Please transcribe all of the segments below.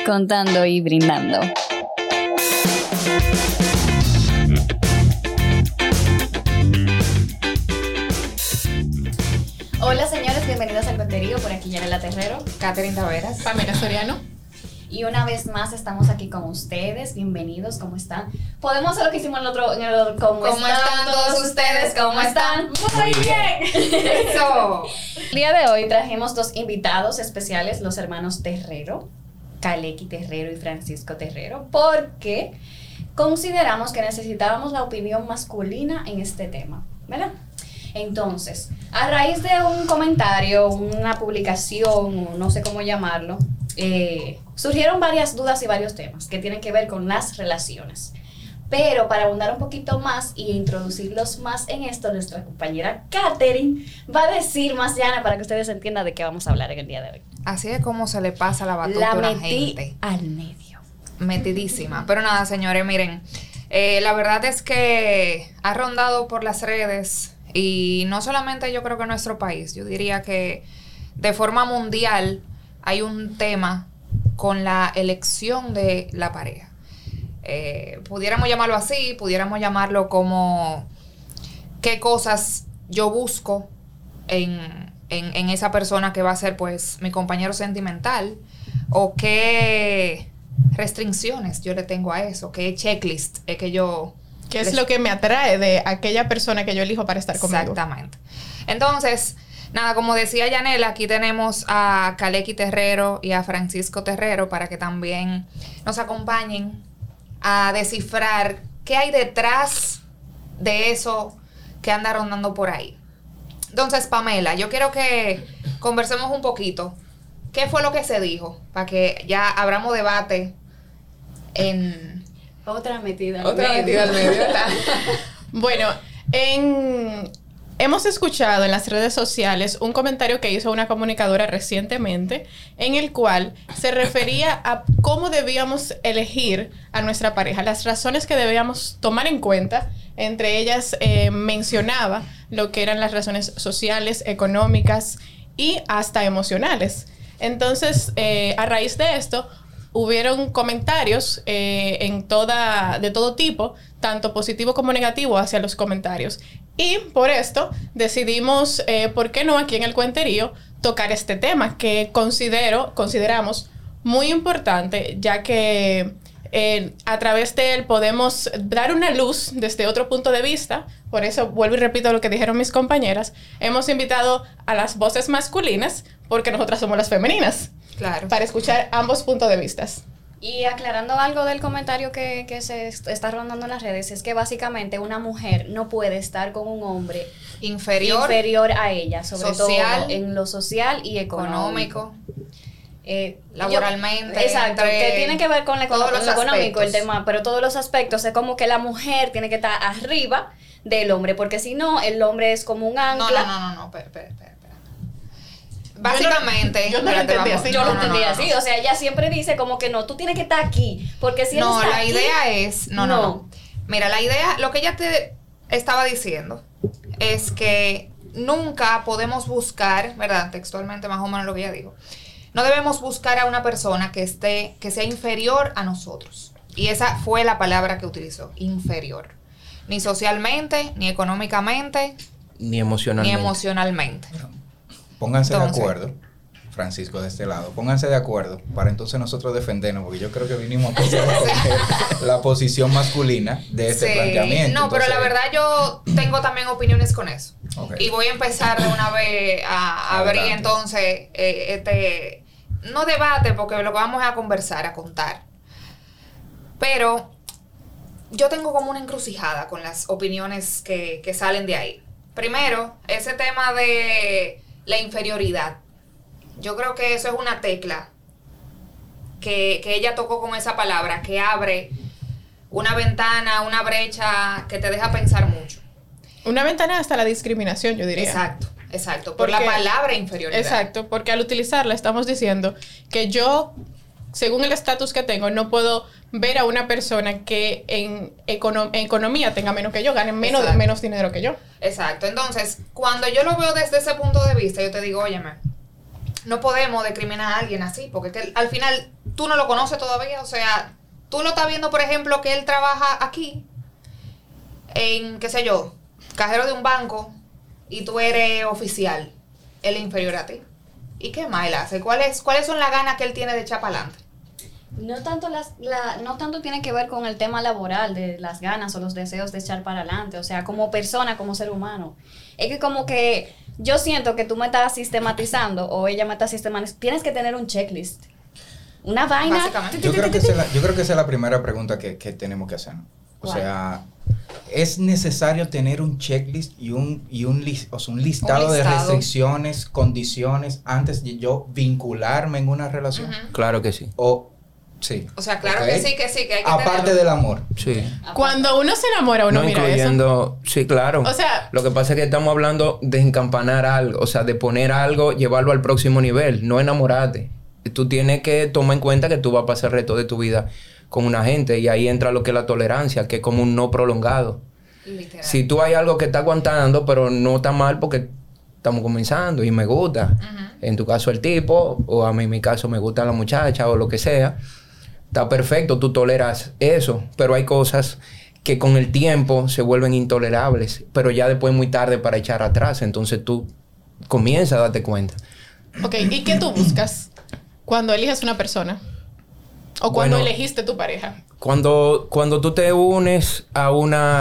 contando y brindando. Hola señores, bienvenidos al Conterío. Por aquí Yanela Terrero, Catherine Taveras, Pamela Soriano. Y una vez más estamos aquí con ustedes. Bienvenidos, ¿cómo están? Podemos hacer lo que hicimos en el otro ¿Cómo están todos ustedes? ¿Cómo están? ¡Muy bien! Eso. El día de hoy trajimos dos invitados especiales, los hermanos Terrero, Kaleki Terrero y Francisco Terrero, porque consideramos que necesitábamos la opinión masculina en este tema, ¿verdad? Entonces, a raíz de un comentario, una publicación, o no sé cómo llamarlo, surgieron varias dudas y varios temas que tienen que ver con las relaciones. Pero para abundar un poquito más y introducirlos más en esto, nuestra compañera Catherine va a decir más llana para que ustedes entiendan de qué vamos a hablar en el día de hoy. Así es como se le pasa la batuta a la gente. Al medio. Metidísima. Pero nada, señores, miren, la verdad es que ha rondado por las redes, y no solamente yo creo que en nuestro país, yo diría que de forma mundial hay un tema con la elección de la pareja. Pudiéramos llamarlo así, pudiéramos llamarlo como qué cosas yo busco en esa persona que va a ser pues mi compañero sentimental, o qué restricciones yo le tengo a eso, qué checklist es que yo... ¿Qué es lo que me atrae de aquella persona que yo elijo para estar conmigo? Exactamente. Entonces, nada, como decía Yanela, aquí tenemos a Kaleki Terrero y a Francisco Terrero para que también nos acompañen a descifrar qué hay detrás de eso que anda rondando por ahí. Entonces, Pamela, yo quiero que conversemos un poquito. ¿Qué fue lo que se dijo? Para que ya abramos debate en... Otra metida al medio. Bueno, hemos escuchado en las redes sociales un comentario que hizo una comunicadora recientemente, en el cual se refería a cómo debíamos elegir a nuestra pareja, las razones que debíamos tomar en cuenta. Entre ellas mencionaba lo que eran las razones sociales, económicas y hasta emocionales. Entonces, a raíz de esto, hubieron comentarios de todo tipo, tanto positivo como negativo hacia los comentarios. Y por esto decidimos, ¿por qué no aquí en el Cuenterío tocar este tema que consideramos muy importante, ya que a través de él podemos dar una luz desde otro punto de vista? Por eso vuelvo y repito lo que dijeron mis compañeras. Hemos invitado a las voces masculinas porque nosotras somos las femeninas. Claro. Para escuchar ambos puntos de vista. Y aclarando algo del comentario que se está rondando en las redes, es que básicamente una mujer no puede estar con un hombre inferior a ella, sobre social, todo en lo social y económico. Laboralmente. Exacto, que tiene que ver con lo económico, el tema, pero todos los aspectos. Es como que la mujer tiene que estar arriba del hombre, porque si no, el hombre es como un ancla. No, espera. Básicamente, yo no lo entendí así. Yo lo entendí así. O sea, ella siempre dice como que no, tú tienes que estar aquí, porque si él está la aquí, idea es... No. Mira, la idea, lo que ella te estaba diciendo es que nunca podemos buscar, ¿verdad? Textualmente más o menos lo que ella dijo. No debemos buscar a una persona que sea inferior a nosotros. Y esa fue la palabra que utilizó, inferior. Ni socialmente, ni económicamente, ni emocionalmente. Pónganse de acuerdo, Francisco, de este lado. Pónganse de acuerdo para entonces nosotros defendernos, porque yo creo que vinimos a defender la posición masculina de este planteamiento. No, entonces, pero la verdad yo tengo también opiniones con eso. Okay. Y voy a empezar de una vez a abrir entonces no debate, porque lo que vamos a conversar, a contar. Pero yo tengo como una encrucijada con las opiniones que salen de ahí. Primero, ese tema de la inferioridad. Yo creo que eso es una tecla que ella tocó con esa palabra, que abre una ventana, una brecha que te deja pensar mucho. Una ventana hasta la discriminación, yo diría. Exacto. Por la palabra inferioridad. Exacto, porque al utilizarla estamos diciendo que yo, según el estatus que tengo, no puedo ver a una persona que en economía tenga menos que yo, gane menos dinero que yo. Exacto. Entonces, cuando yo lo veo desde ese punto de vista, yo te digo, óyeme, no podemos discriminar a alguien así, porque al final tú no lo conoces todavía. O sea, tú lo estás viendo, por ejemplo, que él trabaja aquí, en, qué sé yo, cajero de un banco, y tú eres oficial. Él es inferior a ti. ¿Y qué más él hace? ¿Cuáles son las ganas que él tiene de echar para adelante? No tanto tiene que ver con el tema laboral, de las ganas o los deseos de echar para adelante, o sea, como persona, como ser humano. Es que como que yo siento que tú me estás sistematizando o ella me está sistematizando. Tienes que tener un checklist. Una vaina. Básicamente. Yo creo que esa es la primera pregunta que tenemos que hacer. O sea, ¿es necesario tener un checklist y un listado de restricciones, condiciones antes de yo vincularme en una relación? Claro que sí. Sí. O sea, claro que sí, que hay que aparte tenerlo. del amor. Sí. Cuando uno se enamora, uno No mira incluyendo, eso. sí, claro. O sea, lo que pasa es que estamos hablando de encampanar algo, o sea, de poner algo, llevarlo al próximo nivel, no enamorarte. Tú tienes que tomar en cuenta que tú vas a pasar el resto de tu vida con una gente y ahí entra lo que es la tolerancia, que es como un no prolongado. Literal. Si tú hay algo que está aguantando, pero no está mal porque estamos comenzando y me gusta, en tu caso el tipo, o a mí en mi caso me gusta la muchacha o lo que sea, está perfecto, tú toleras eso, pero hay cosas que con el tiempo se vuelven intolerables, pero ya después es muy tarde para echar atrás, entonces tú comienzas a darte cuenta. Ok, ¿y qué tú buscas cuando eliges una persona? ¿O cuando elegiste tu pareja? Cuando tú te unes a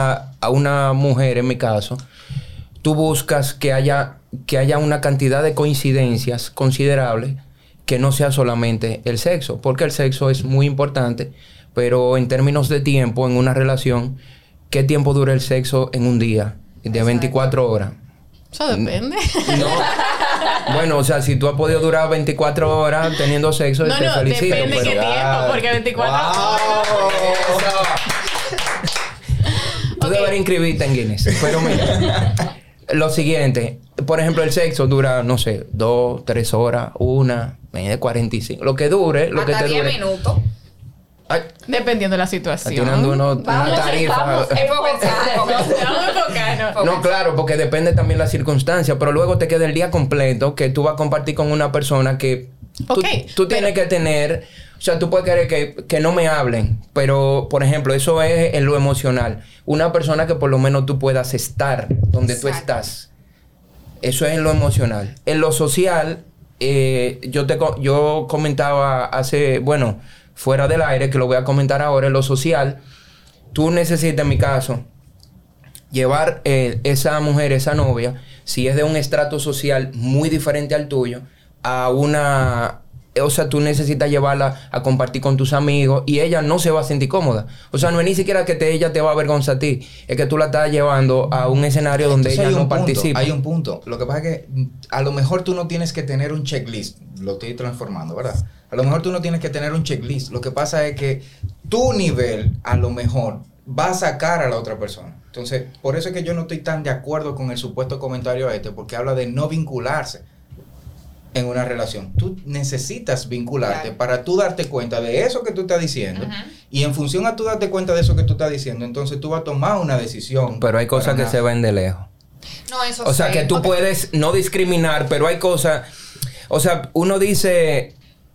una mujer, en mi caso, tú buscas que haya una cantidad de coincidencias considerables que no sea solamente el sexo, porque el sexo es muy importante, pero en términos de tiempo en una relación, ¿qué tiempo dura el sexo en un día? De 24 horas. Eso depende. No. Bueno, o sea, si tú has podido durar 24 horas teniendo sexo, te felicito. Depende qué tiempo, porque 24 horas. Tú deberías inscribirte en Guinness. Pero mira, lo siguiente, por ejemplo, el sexo dura, no sé, 2, 3 horas, 1, 45. Lo que dure, lo hasta que te 10 dure. minutos. Ay, Dependiendo de la situación. tirando una tarifa. No, claro, porque depende también la circunstancia, pero luego te queda el día completo que tú vas a compartir con una persona que tú tienes que tener. O sea, tú puedes querer que no me hablen, pero, por ejemplo, eso es en lo emocional. Una persona que por lo menos tú puedas estar donde tú estás. Eso es en lo emocional. En lo social, yo comentaba fuera del aire, que lo voy a comentar ahora, en lo social, tú necesitas, en mi caso, llevar esa mujer, esa novia, si es de un estrato social muy diferente al tuyo, a una... O sea, tú necesitas llevarla a compartir con tus amigos y ella no se va a sentir cómoda. O sea, no es ni siquiera que ella te va a avergonzar a ti. Es que tú la estás llevando a un escenario donde ella no participa. Hay un punto. Lo que pasa es que a lo mejor tú no tienes que tener un checklist. Lo estoy transformando, ¿verdad? A lo mejor tú no tienes que tener un checklist. Lo que pasa es que tu nivel, a lo mejor, va a sacar a la otra persona. Entonces, por eso es que yo no estoy tan de acuerdo con el supuesto comentario porque habla de no vincularse en una relación. Tú necesitas vincularte para tú darte cuenta de eso que tú estás diciendo. Y en función a tú darte cuenta de eso que tú estás diciendo, entonces tú vas a tomar una decisión. Pero hay cosas que se ven de lejos. No, eso o sea, que tú puedes no discriminar, pero hay cosas... O sea, uno dice...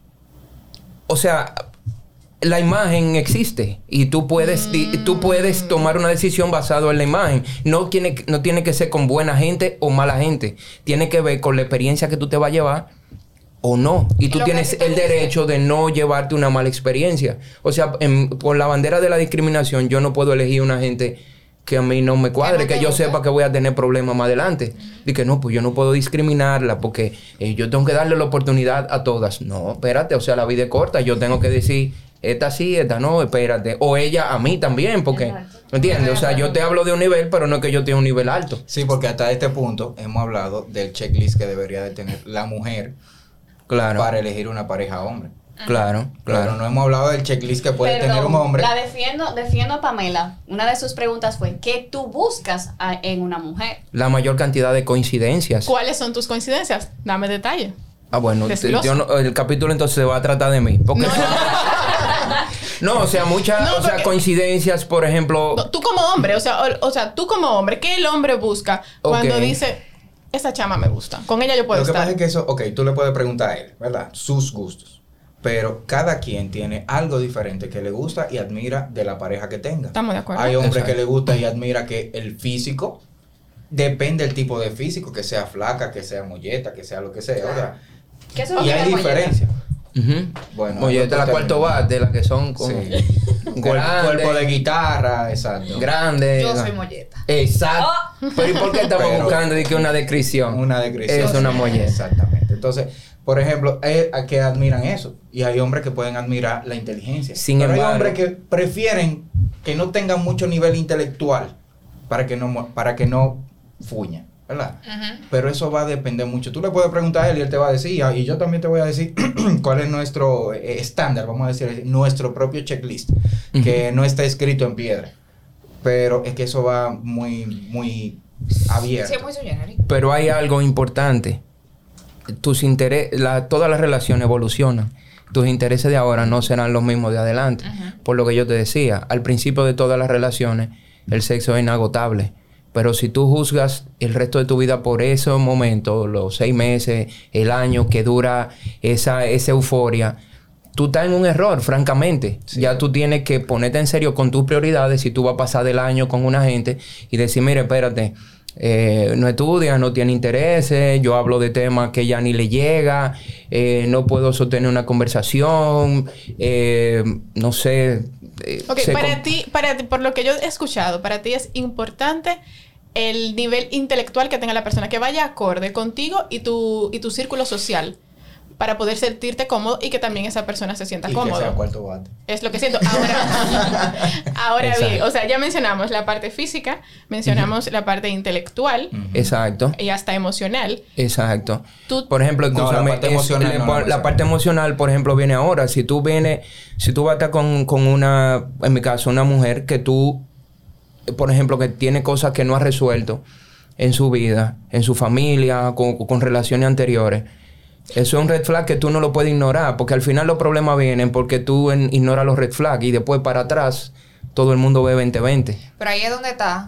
O sea, la imagen existe y tú puedes tomar una decisión basado en la imagen. No tiene que ser con buena gente o mala gente. Tiene que ver con la experiencia que tú te vas a llevar o no. Y tú tienes el derecho de no llevarte una mala experiencia. O sea, por la bandera de la discriminación, yo no puedo elegir una gente que a mí no me cuadre, que yo sepa que voy a tener problemas más adelante. Y que no, pues yo no puedo discriminarla porque yo tengo que darle la oportunidad a todas. No, espérate, o sea, la vida es corta. Yo tengo que decir... Esta sí, esta no, espérate. O ella a mí también, porque... ¿Me entiendes? O sea, yo te hablo de un nivel, pero no es que yo tenga un nivel alto. Sí, porque hasta este punto hemos hablado del checklist que debería de tener la mujer para elegir una pareja hombre. Claro. No hemos hablado del checklist que puede tener un hombre. La defiendo a Pamela. Una de sus preguntas fue, ¿qué tú buscas en una mujer? La mayor cantidad de coincidencias. ¿Cuáles son tus coincidencias? Dame detalle. Ah, bueno, el capítulo entonces se va a tratar de mí. Porque no, o sea, coincidencias, por ejemplo... Tú como hombre, o sea, tú como hombre, ¿qué el hombre busca cuando dice, esa chama me gusta? Con ella yo puedo estar. Lo que pasa es que eso, tú le puedes preguntar a él, ¿verdad? Sus gustos. Pero cada quien tiene algo diferente que le gusta y admira de la pareja que tenga. Estamos de acuerdo. Hay hombres Exacto. que le gusta y admira que el físico, depende del tipo de físico, que sea flaca, que sea molleta, que sea lo que sea. O sea, ¿Qué es y lo que hay es molleta? diferencia. Ujú. Bueno, Molleta, la cuarto bate, la que son con Sí. grande, Cuerpo de guitarra, exacto. grande. Yo soy molleta. Exacto. Pero ¿y por qué estamos Pero- buscando de que una descripción? Una descripción. Es una molleta. Exactamente. Entonces, por ejemplo, hay que admiran eso. Y hay hombres que pueden admirar la inteligencia. Sin Pero embargo- hay hombres que prefieren que no tengan mucho nivel intelectual para que no fuña, ¿verdad? Ujú. Pero eso va a depender mucho. Tú le puedes preguntar a él y él te va a decir, y yo también te voy a decir cuál es nuestro estándar, vamos a decir, nuestro propio checklist, que no está escrito en piedra. Pero es que eso va muy, muy abierto. Sí, es muy sui generis. Pero hay algo importante. Todas las relaciones evolucionan. Tus intereses de ahora no serán los mismos de adelante. Por lo que yo te decía, al principio de todas las relaciones, el sexo es inagotable. Pero si tú juzgas el resto de tu vida por esos momentos, los 6 meses, el año que dura esa euforia, tú estás en un error, francamente. Sí. Ya tú tienes que ponerte en serio con tus prioridades si tú vas a pasar del año con una gente y decir, mire, espérate, no estudia, no tiene intereses, yo hablo de temas que ya ni le llega, no puedo sostener una conversación, no sé. Ok, para ti, por lo que yo he escuchado, para ti es importante el nivel intelectual que tenga la persona, que vaya acorde contigo y tu círculo social, para poder sentirte cómodo y que también esa persona se sienta Y que sea cómodo. cuarto bate. Es lo que siento. Ahora bien, o sea, ya mencionamos la parte física, mencionamos la parte intelectual Exacto. y hasta emocional. Exacto. Tú- Por ejemplo, No, la parte emocional no, la parte emocional, por ejemplo, viene ahora. Si tú vas a estar con una, en mi caso, una mujer que tú, por ejemplo, que tiene cosas que no ha resuelto en su vida, en su familia, con relaciones anteriores, eso es un red flag que tú no lo puedes ignorar, porque al final los problemas vienen porque tú ignoras los red flags y después para atrás todo el mundo ve 2020. Pero ahí es donde está.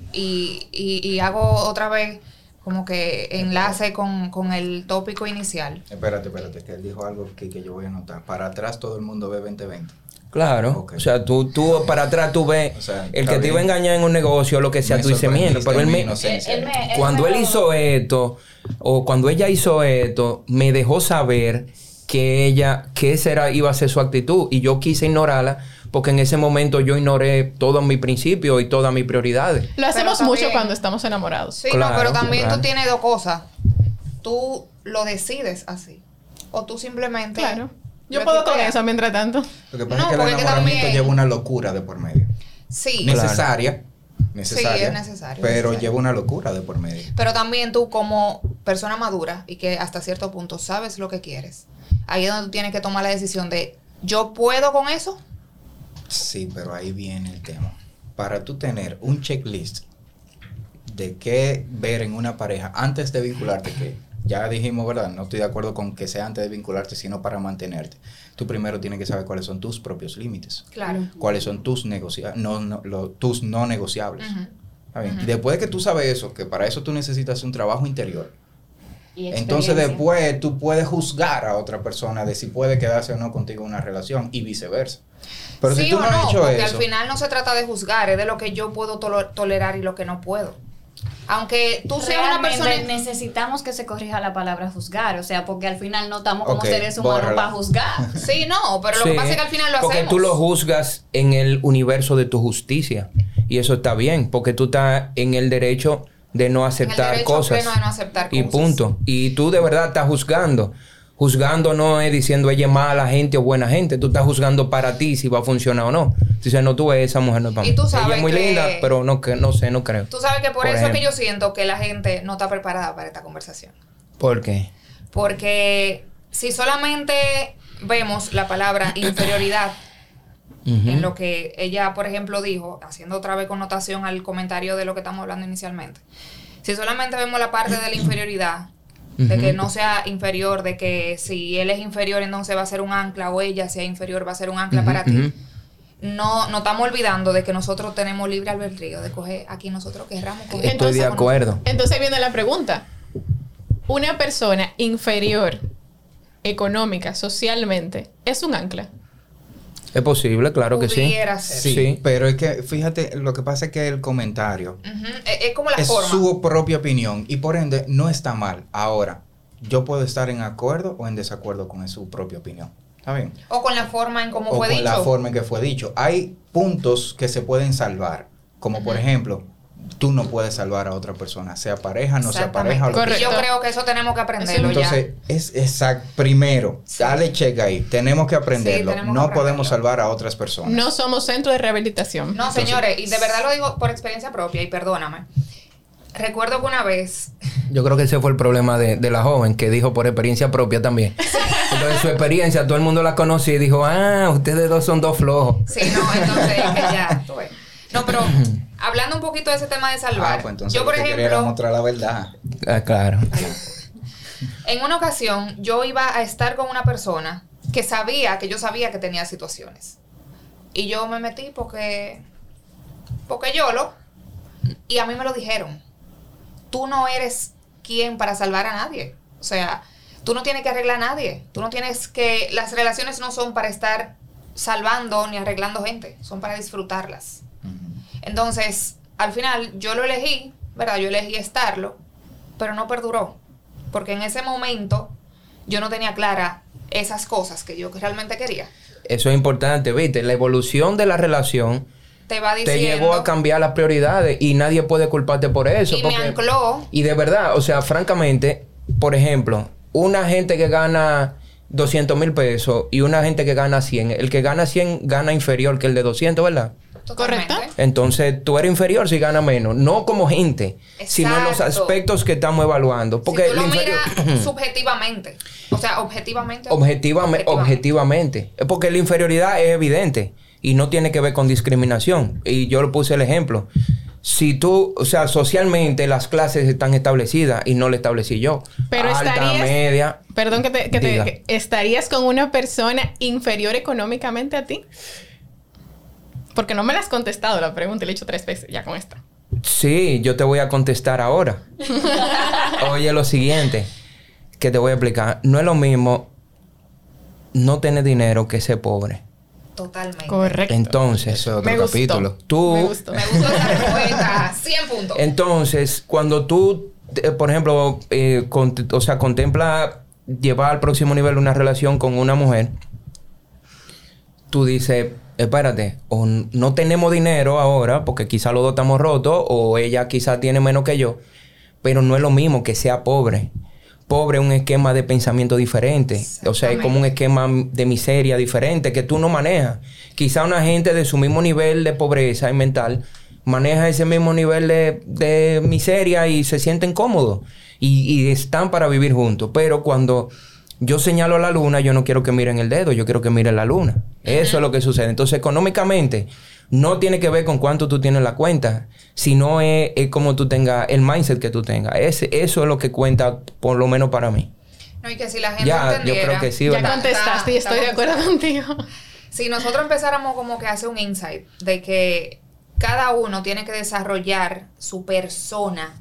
Y hago otra vez como que enlace con el tópico inicial. Espérate, que él dijo algo que yo voy a anotar. Para atrás todo el mundo ve 2020. Claro, Ok. o sea, tú para atrás tú ves O sea, el está que te iba a bien. engañar en un negocio, lo que sea, tú dices, mierda, pero él me, cuando él hizo esto, o cuando ella hizo esto, me dejó saber que esa iba a ser su actitud, y yo quise ignorarla, porque en ese momento yo ignoré todos mis principios y todas mis prioridades. Lo hacemos Pero mucho también- cuando estamos enamorados. Sí, Claro, no, pero también claro. tú tienes dos cosas. Tú lo decides así. O tú simplemente... Claro. Yo lo puedo con equipeas. eso mientras tanto. Lo que pasa No, es que el porque enamoramiento también- lleva una locura de por medio. Sí. Claro. Necesaria, Sí, es necesario. pero necesario. lleva una locura de por medio. Pero también tú como persona madura y que hasta cierto punto sabes lo que quieres. Ahí es donde tú tienes que tomar la decisión de, ¿yo puedo con eso? Sí, pero ahí viene el tema. Para tú tener un checklist de qué ver en una pareja antes de vincularte, que ya dijimos, ¿verdad? No estoy de acuerdo con que sea antes de vincularte, sino para mantenerte. Tú primero tienes que saber cuáles son tus propios límites. Claro. Cuáles son tus tus no negociables. ¿Está bien? Y después de que tú sabes eso, que para eso tú necesitas un trabajo interior, Y entonces experiencia. después tú puedes juzgar a otra persona de si puede quedarse o no contigo en una relación y viceversa. Pero sí si tú o no has no, hecho porque eso, al final no se trata de juzgar, es de lo que yo puedo tolerar y lo que no puedo. Aunque tú seas una Realmente persona... necesitamos que se corrija la palabra juzgar, o sea, porque al final no estamos como Ok, seres humanos bórrala. para juzgar. Sí, no, pero lo que Sí, pasa es que al final lo porque hacemos. tú lo juzgas en el universo de tu justicia, y eso está bien, porque tú estás en el derecho de no aceptar derecho cosas. pleno de no aceptar Y cosas. punto. Y tú de verdad estás juzgando. Juzgando no es diciendo ella es mala gente o buena gente. Tú estás juzgando para ti si va a funcionar o no. Si dices, no, tú ves, esa mujer no es para mí. Y tú sabes ella es muy que- linda, pero no sé, no creo. Tú sabes que por eso ejemplo. es que yo siento que la gente no está preparada para esta conversación. ¿Por qué? Porque si solamente vemos la palabra inferioridad Ujú. en lo que ella, por ejemplo, dijo, haciendo otra vez connotación al comentario de lo que estamos hablando inicialmente. Si solamente vemos la parte de la inferioridad, de que Ujú. no sea inferior, de que si él es inferior entonces va a ser un ancla, o ella sea inferior va a ser un ancla Ujú, para ti. ujú. No estamos olvidando de que nosotros tenemos libre albedrío de coger aquí nosotros querramos coger. Estoy de cosas con acuerdo. Entonces viene la pregunta. Una persona inferior económica, socialmente, es un ancla. Es posible, claro que sí. Pudiera ser. Sí, pero es que, fíjate, lo que pasa es que el comentario Es como la es forma. su propia opinión y por ende no está mal. Ahora, yo puedo estar en acuerdo o en desacuerdo con su propia opinión. ¿Está bien? O con la forma en cómo O fue con dicho. la forma en que fue dicho. Hay puntos que se pueden salvar, como por ejemplo, tú no puedes salvar a otra persona, sea pareja, no sea pareja. O lo que Correcto. Yo creo que eso tenemos que aprenderlo Entonces, es exacto. Primero, dale check ahí. Tenemos que aprenderlo. Sí, tenemos que no aprenderlo. podemos salvar a otras personas. No somos centro de rehabilitación. No, señores, y de verdad lo digo por experiencia propia, y perdóname. Recuerdo que una vez... Yo creo que ese fue el problema de la joven, que dijo por experiencia propia también. Entonces su experiencia, todo el mundo la conocía y dijo, ustedes dos son dos flojos. Sí, no, entonces es que ya, tú ves. No, pero hablando un poquito de ese tema de salvar. Pues entonces yo, por lo que quería era ejemplo, mostrar la verdad. Claro. en una ocasión, yo iba a estar con una persona que yo sabía que tenía situaciones. Y yo me metí porque y a mí me lo dijeron. Tú no eres quien para salvar a nadie. O sea, tú no tienes que arreglar a nadie. Las relaciones no son para estar salvando ni arreglando gente. Son para disfrutarlas. Entonces, al final, yo lo elegí, ¿verdad? Yo elegí estarlo, pero no perduró. Porque en ese momento, yo no tenía clara esas cosas que yo realmente quería. Eso es importante, ¿viste? La evolución de la relación Te va diciendo... te llevó a cambiar las prioridades y nadie puede culparte por eso. Y me ancló. Y de verdad, o sea, francamente, por ejemplo, una gente que gana 200,000 pesos y una gente que gana 100, el que gana 100 gana inferior que el de 200, ¿verdad? Totalmente. ¿Correcto? Entonces, tú eres inferior si gana menos. No como gente, sino en los Exacto. aspectos que estamos evaluando. Porque Si tú lo el inferior... miras subjetivamente. O sea, objetivamente. Objetivamente. Es porque la inferioridad es evidente y no tiene que ver con discriminación. Y yo le puse el ejemplo. Si tú, o sea, socialmente las clases están establecidas y no le establecí yo. Pero alta, estarías... media. Perdón Diga. ¿estarías con una persona inferior económicamente a ti? Porque no me la has contestado la pregunta y le he hecho 3 veces ya con esta. Sí, yo te voy a contestar ahora. Oye, lo siguiente que te voy a explicar. No es lo mismo no tener dinero que ser pobre. Totalmente. Correcto. Entonces, Eso es Me otro gustó. capítulo. tú... Me gustó. Me gustó esa respuesta. 100 puntos. Entonces, cuando tú, por ejemplo, contempla llevar al próximo nivel una relación con una mujer, tú dices, espérate, o no tenemos dinero ahora, porque quizá los dos estamos rotos, o ella quizá tiene menos que yo, pero no es lo mismo que sea pobre. Pobre es un esquema de pensamiento diferente. O sea, es como un esquema de miseria diferente que tú no manejas. Quizá una gente de su mismo nivel de pobreza y mental maneja ese mismo nivel de miseria y se sienten cómodos. Y están para vivir juntos. Pero cuando yo señalo a la luna, yo no quiero que miren el dedo, yo quiero que miren la luna. Eso es lo que sucede. Entonces, económicamente, no tiene que ver con cuánto tú tienes en la cuenta, sino es como tú tengas, el mindset que tú tengas. Eso es lo que cuenta, por lo menos para mí. No, y que si la gente Ya, entendiera... yo creo que sí, Ya ¿verdad? contestaste y estoy de acuerdo contigo. Si nosotros empezáramos como que a hacer un insight de que cada uno tiene que desarrollar su persona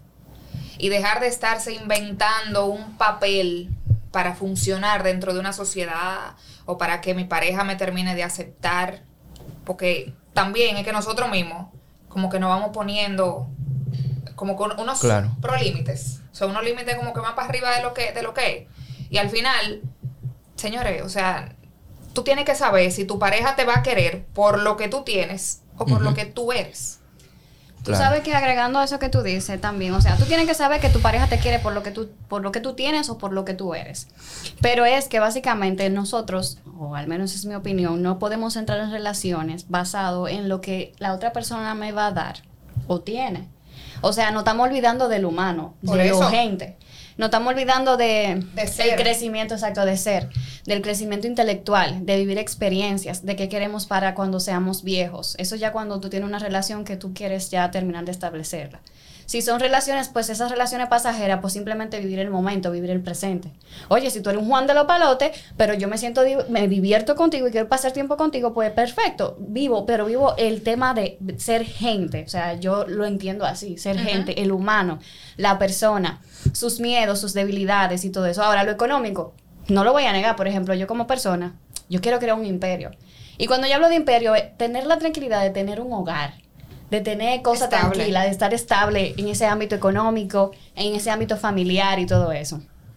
y dejar de estarse inventando un papel para funcionar dentro de una sociedad o para que mi pareja me termine de aceptar, porque también es que nosotros mismos como que nos vamos poniendo como con unos prolímites, o sea, unos límites como que van para arriba de lo que es. Y al final, señores, o sea, tú tienes que saber si tu pareja te va a querer por lo que tú tienes o por lo que tú eres. Tú sabes que agregando a eso que tú dices también, o sea, tú tienes que saber que tu pareja te quiere por lo que tú tienes o por lo que tú eres. Pero es que básicamente nosotros, o al menos es mi opinión, no podemos entrar en relaciones basado en lo que la otra persona me va a dar o tiene. O sea, no estamos olvidando del humano, Por de eso. lo gente. No estamos olvidando de ser. el crecimiento exacto de ser, del crecimiento intelectual, de vivir experiencias, de qué queremos para cuando seamos viejos. Eso ya cuando tú tienes una relación que tú quieres ya terminar de establecerla. Si son relaciones, pues esas relaciones pasajeras, pues simplemente vivir el momento, vivir el presente. Oye, si tú eres un Juan de los Palotes, pero yo me divierto contigo y quiero pasar tiempo contigo, pues perfecto, vivo el tema de ser gente. O sea, yo lo entiendo así, ser gente, el humano, la persona, sus miedos, sus debilidades y todo eso. Ahora, lo económico, no lo voy a negar, por ejemplo, yo como persona, yo quiero crear un imperio. Y cuando yo hablo de imperio, tener la tranquilidad de tener un hogar, de tener cosas tranquilas, de estar estable en ese ámbito económico, en ese ámbito familiar y todo eso.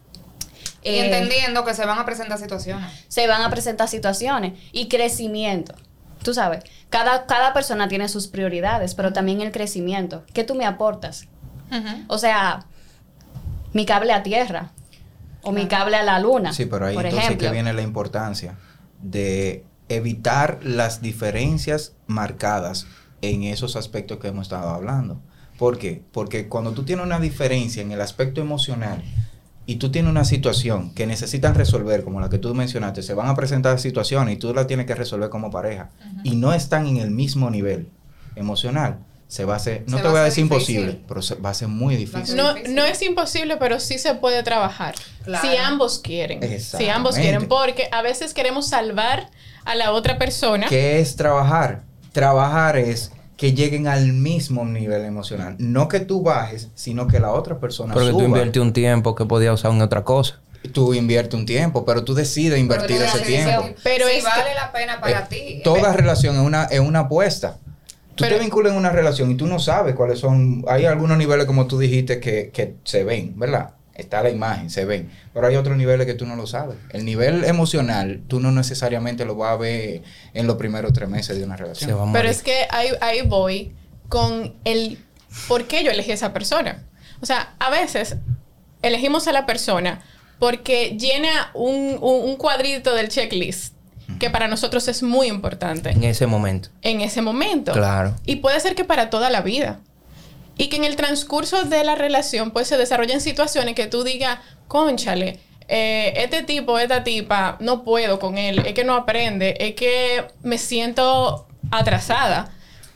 Y entendiendo que se van a presentar situaciones. Se van a presentar situaciones y crecimiento. Tú sabes, cada persona tiene sus prioridades, pero también el crecimiento. ¿Qué tú me aportas? O sea, mi cable a tierra o mi cable a la luna. Sí, pero ahí por entonces ejemplo. que viene la importancia de evitar las diferencias marcadas en esos aspectos que hemos estado hablando. ¿Por qué? Porque cuando tú tienes una diferencia en el aspecto emocional y tú tienes una situación que necesitan resolver, como la que tú mencionaste, se van a presentar situaciones y tú la tienes que resolver como pareja, y no están en el mismo nivel emocional, se va a hacer, no te voy a decir imposible, pero va a ser muy difícil. No es imposible, pero sí se puede trabajar. Claro. Si ambos quieren. Si ambos quieren, porque a veces queremos salvar a la otra persona. ¿Qué es trabajar? Trabajar es que lleguen al mismo nivel emocional. No que tú bajes, sino que la otra persona Porque suba. tú inviertes un tiempo que podías usar en otra cosa. Tú inviertes un tiempo, pero tú decides invertir ese tiempo. Pero si es vale la pena para ti. Toda relación es una apuesta. Tú te vinculas en una relación y tú no sabes cuáles son. Hay algunos niveles, como tú dijiste, que se ven, ¿verdad? Está la imagen, se ven. Pero hay otros niveles que tú no lo sabes. El nivel emocional, tú no necesariamente lo vas a ver en los primeros 3 meses de una relación. Pero es que ahí voy con el por qué yo elegí a esa persona. O sea, a veces elegimos a la persona porque llena un cuadrito del checklist que para nosotros es muy importante. En ese momento. En ese momento. Claro. Y puede ser que para toda la vida. Y que en el transcurso de la relación pues se desarrollen situaciones que tú digas, cónchale, este tipo, esta tipa, no puedo con él, es que no aprende, es que me siento atrasada.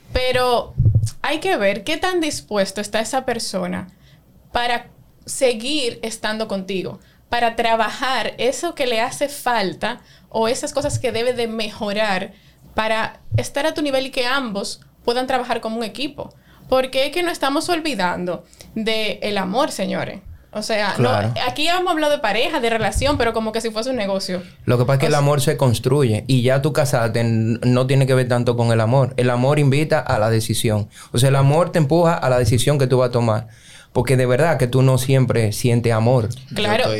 Pero hay que ver qué tan dispuesto está esa persona para seguir estando contigo, para trabajar eso que le hace falta o esas cosas que debe de mejorar para estar a tu nivel y que ambos puedan trabajar como un equipo. Porque es que no estamos olvidando del amor, señores. O sea, claro. Aquí hemos hablado de pareja, de relación, pero como que si fuese un negocio. Lo que pasa es que el amor se construye y ya tú casarte no tiene que ver tanto con el amor. El amor invita a la decisión. O sea, el amor te empuja a la decisión que tú vas a tomar. Porque de verdad que tú no siempre sientes amor. Claro.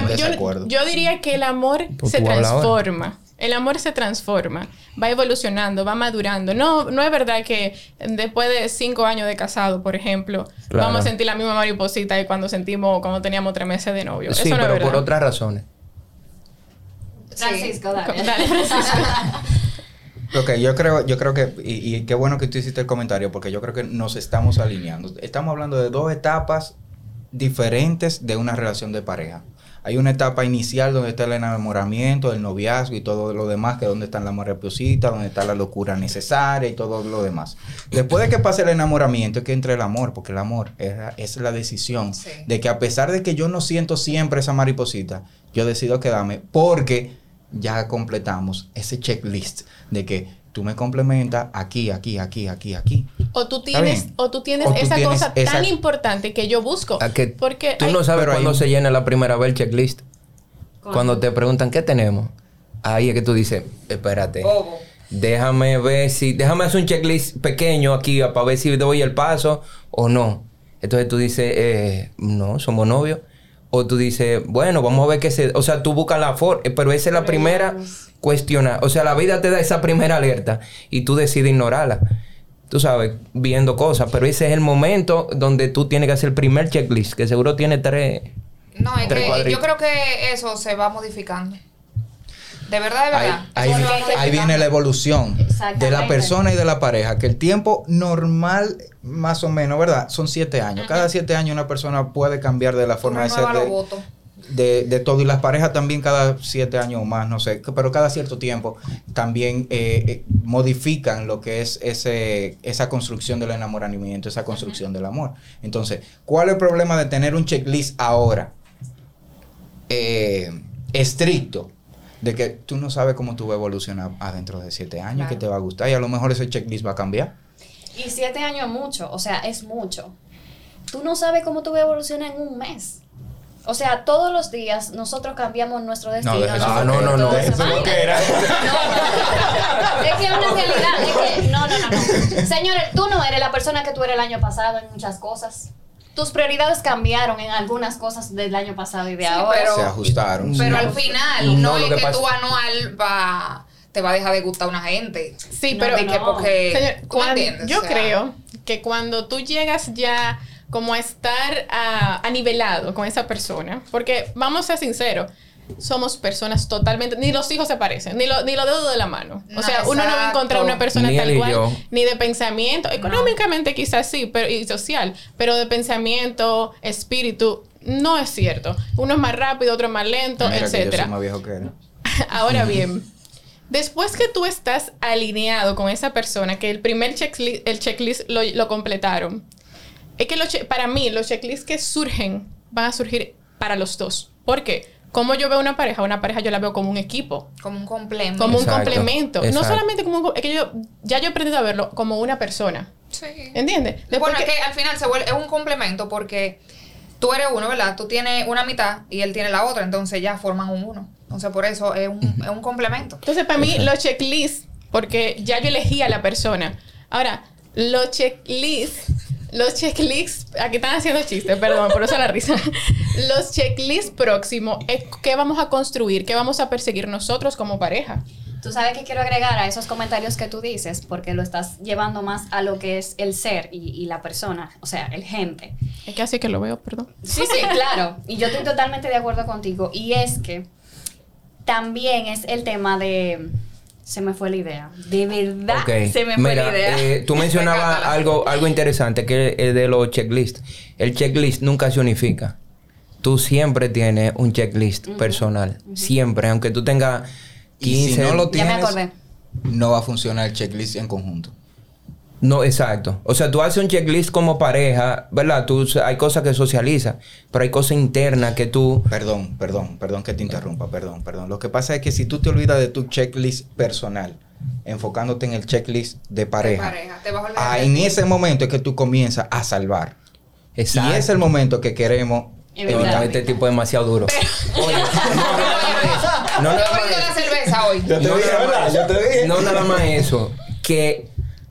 Yo diría que el amor se transforma. El amor se transforma, va evolucionando, va madurando. No es verdad que después de 5 años de casado, por ejemplo, claro, vamos a sentir la misma mariposita que cuando teníamos 3 meses de novio. Sí, eso no pero es verdad. Por otras razones. Francisco, dale. Dale, Francisco. Ok, yo creo que, y qué bueno que tú hiciste el comentario, porque yo creo que nos estamos alineando. Estamos hablando de 2 etapas diferentes de una relación de pareja. Hay una etapa inicial donde está el enamoramiento, el noviazgo y todo lo demás, que es donde está la mariposita, donde está la locura necesaria y todo lo demás. Después de que pase el enamoramiento, es que entre el amor, porque el amor es la decisión de que a pesar de que yo no siento siempre esa mariposita, yo decido quedarme porque ya completamos ese checklist de que tú me complementas aquí. O tú tienes esa cosa tan importante que yo busco. Porque tú no sabes cuándo se llena la primera vez el checklist. Cuando te preguntan ¿qué tenemos? Ahí es que tú dices, espérate. Déjame hacer un checklist pequeño aquí para ver si doy el paso o no. Entonces tú dices, no, somos novios. O tú dices, bueno, vamos a ver qué se... O sea, tú buscas la forma, pero esa es la primera cuestión. O sea, la vida te da esa primera alerta y tú decides ignorarla. Tú sabes, viendo cosas. Pero ese es el momento donde tú tienes que hacer el primer checklist, que seguro tiene 3... No, es que yo creo que eso se va modificando. De verdad. Ahí viene la evolución de la persona y de la pareja, que el tiempo normal, más o menos, ¿verdad? Son 7 años. Cada 7 años una persona puede cambiar de la forma de ser de todo. Y las parejas también cada 7 años o más, no sé. Pero cada cierto tiempo también modifican lo que es esa construcción del enamoramiento, esa construcción del amor. Entonces, ¿cuál es el problema de tener un checklist ahora? Estricto. De que tú no sabes cómo tú vas a evolucionar adentro de 7 años, claro, que te va a gustar, y a lo mejor ese checklist va a cambiar. Y 7 años es mucho, o sea, es mucho. Tú no sabes cómo tú vas a evolucionar en un mes. O sea, todos los días nosotros cambiamos nuestro destino. No, Eso lo que era. Es que es una realidad. Es que, no. Señores, tú no eres la persona que tú eres el año pasado en muchas cosas. Tus prioridades cambiaron en algunas cosas del año pasado y de ahora. pero- Se ajustaron. Pero No. al final, No, no lo es que que pasa- tu anual te va a dejar de gustar a una gente. Sí, No, pero De que no. porque... señor, ¿tú me entiendes? yo O sea, creo que cuando tú llegas ya como a estar anivelado con esa persona, porque vamos a ser sinceros, somos personas totalmente, ni los hijos se parecen, ni los dedos de la mano. O No, sea, uno no va a encontrar una persona Ni él tal y cual, yo. ni de pensamiento, económicamente quizás sí, pero y social, pero de pensamiento, espíritu, no es cierto. Uno es más rápido, otro es más lento, Mira que yo etcétera. soy más viejo que él. Ahora bien, después que tú estás alineado con esa persona, que el primer checklist lo completaron, es que para mí los checklists que surgen van a surgir para los dos. ¿Por qué? Como yo veo una pareja yo la veo como un equipo, como un complemento. como un Exacto, complemento. No exacto. solamente como es que yo he aprendido a verlo como una persona. Sí. ¿Entiendes? Bueno, es que al final es un complemento porque tú eres uno, ¿verdad? Tú tienes una mitad y él tiene la otra, entonces ya forman un uno. Entonces por eso es un complemento. Entonces, para mí, los checklists, porque ya yo elegí a la persona. Ahora, los checklists, aquí están haciendo chistes, perdón, por eso la risa. Los checklists próximos es qué vamos a construir, qué vamos a perseguir nosotros como pareja. Tú sabes que quiero agregar a esos comentarios que tú dices, porque lo estás llevando más a lo que es el ser y la persona, o sea, el gente. Es que así que lo veo, perdón. Sí, claro. Y yo estoy totalmente de acuerdo contigo. Y es que también es el tema de... Se me fue la idea. De verdad, Ok. se me fue Mira, la idea. tú mencionabas algo interesante, que es de los checklists. El checklist nunca se unifica. Tú siempre tienes un checklist personal. Siempre, aunque tú tengas 15... Y si no lo Ya me tienes, acordé. no va a funcionar el checklist en conjunto. No, exacto. O sea, tú haces un checklist como pareja, ¿verdad? Hay cosas que socializas, pero hay cosas internas que tú... Perdón que te interrumpa, perdón. Lo que pasa es que si tú te olvidas de tu checklist personal, enfocándote en el checklist de pareja, Te vas a olvidar de en ti. ese momento es que tú comienzas a salvar. Exacto. Y es el momento que queremos Evitar. evitar. Este tipo es demasiado duro. Oye, no Yo nada he más bebido la eso. cerveza hoy. Yo te No, dije, nada ¿verdad? más Yo te dije. No nada más eso, que...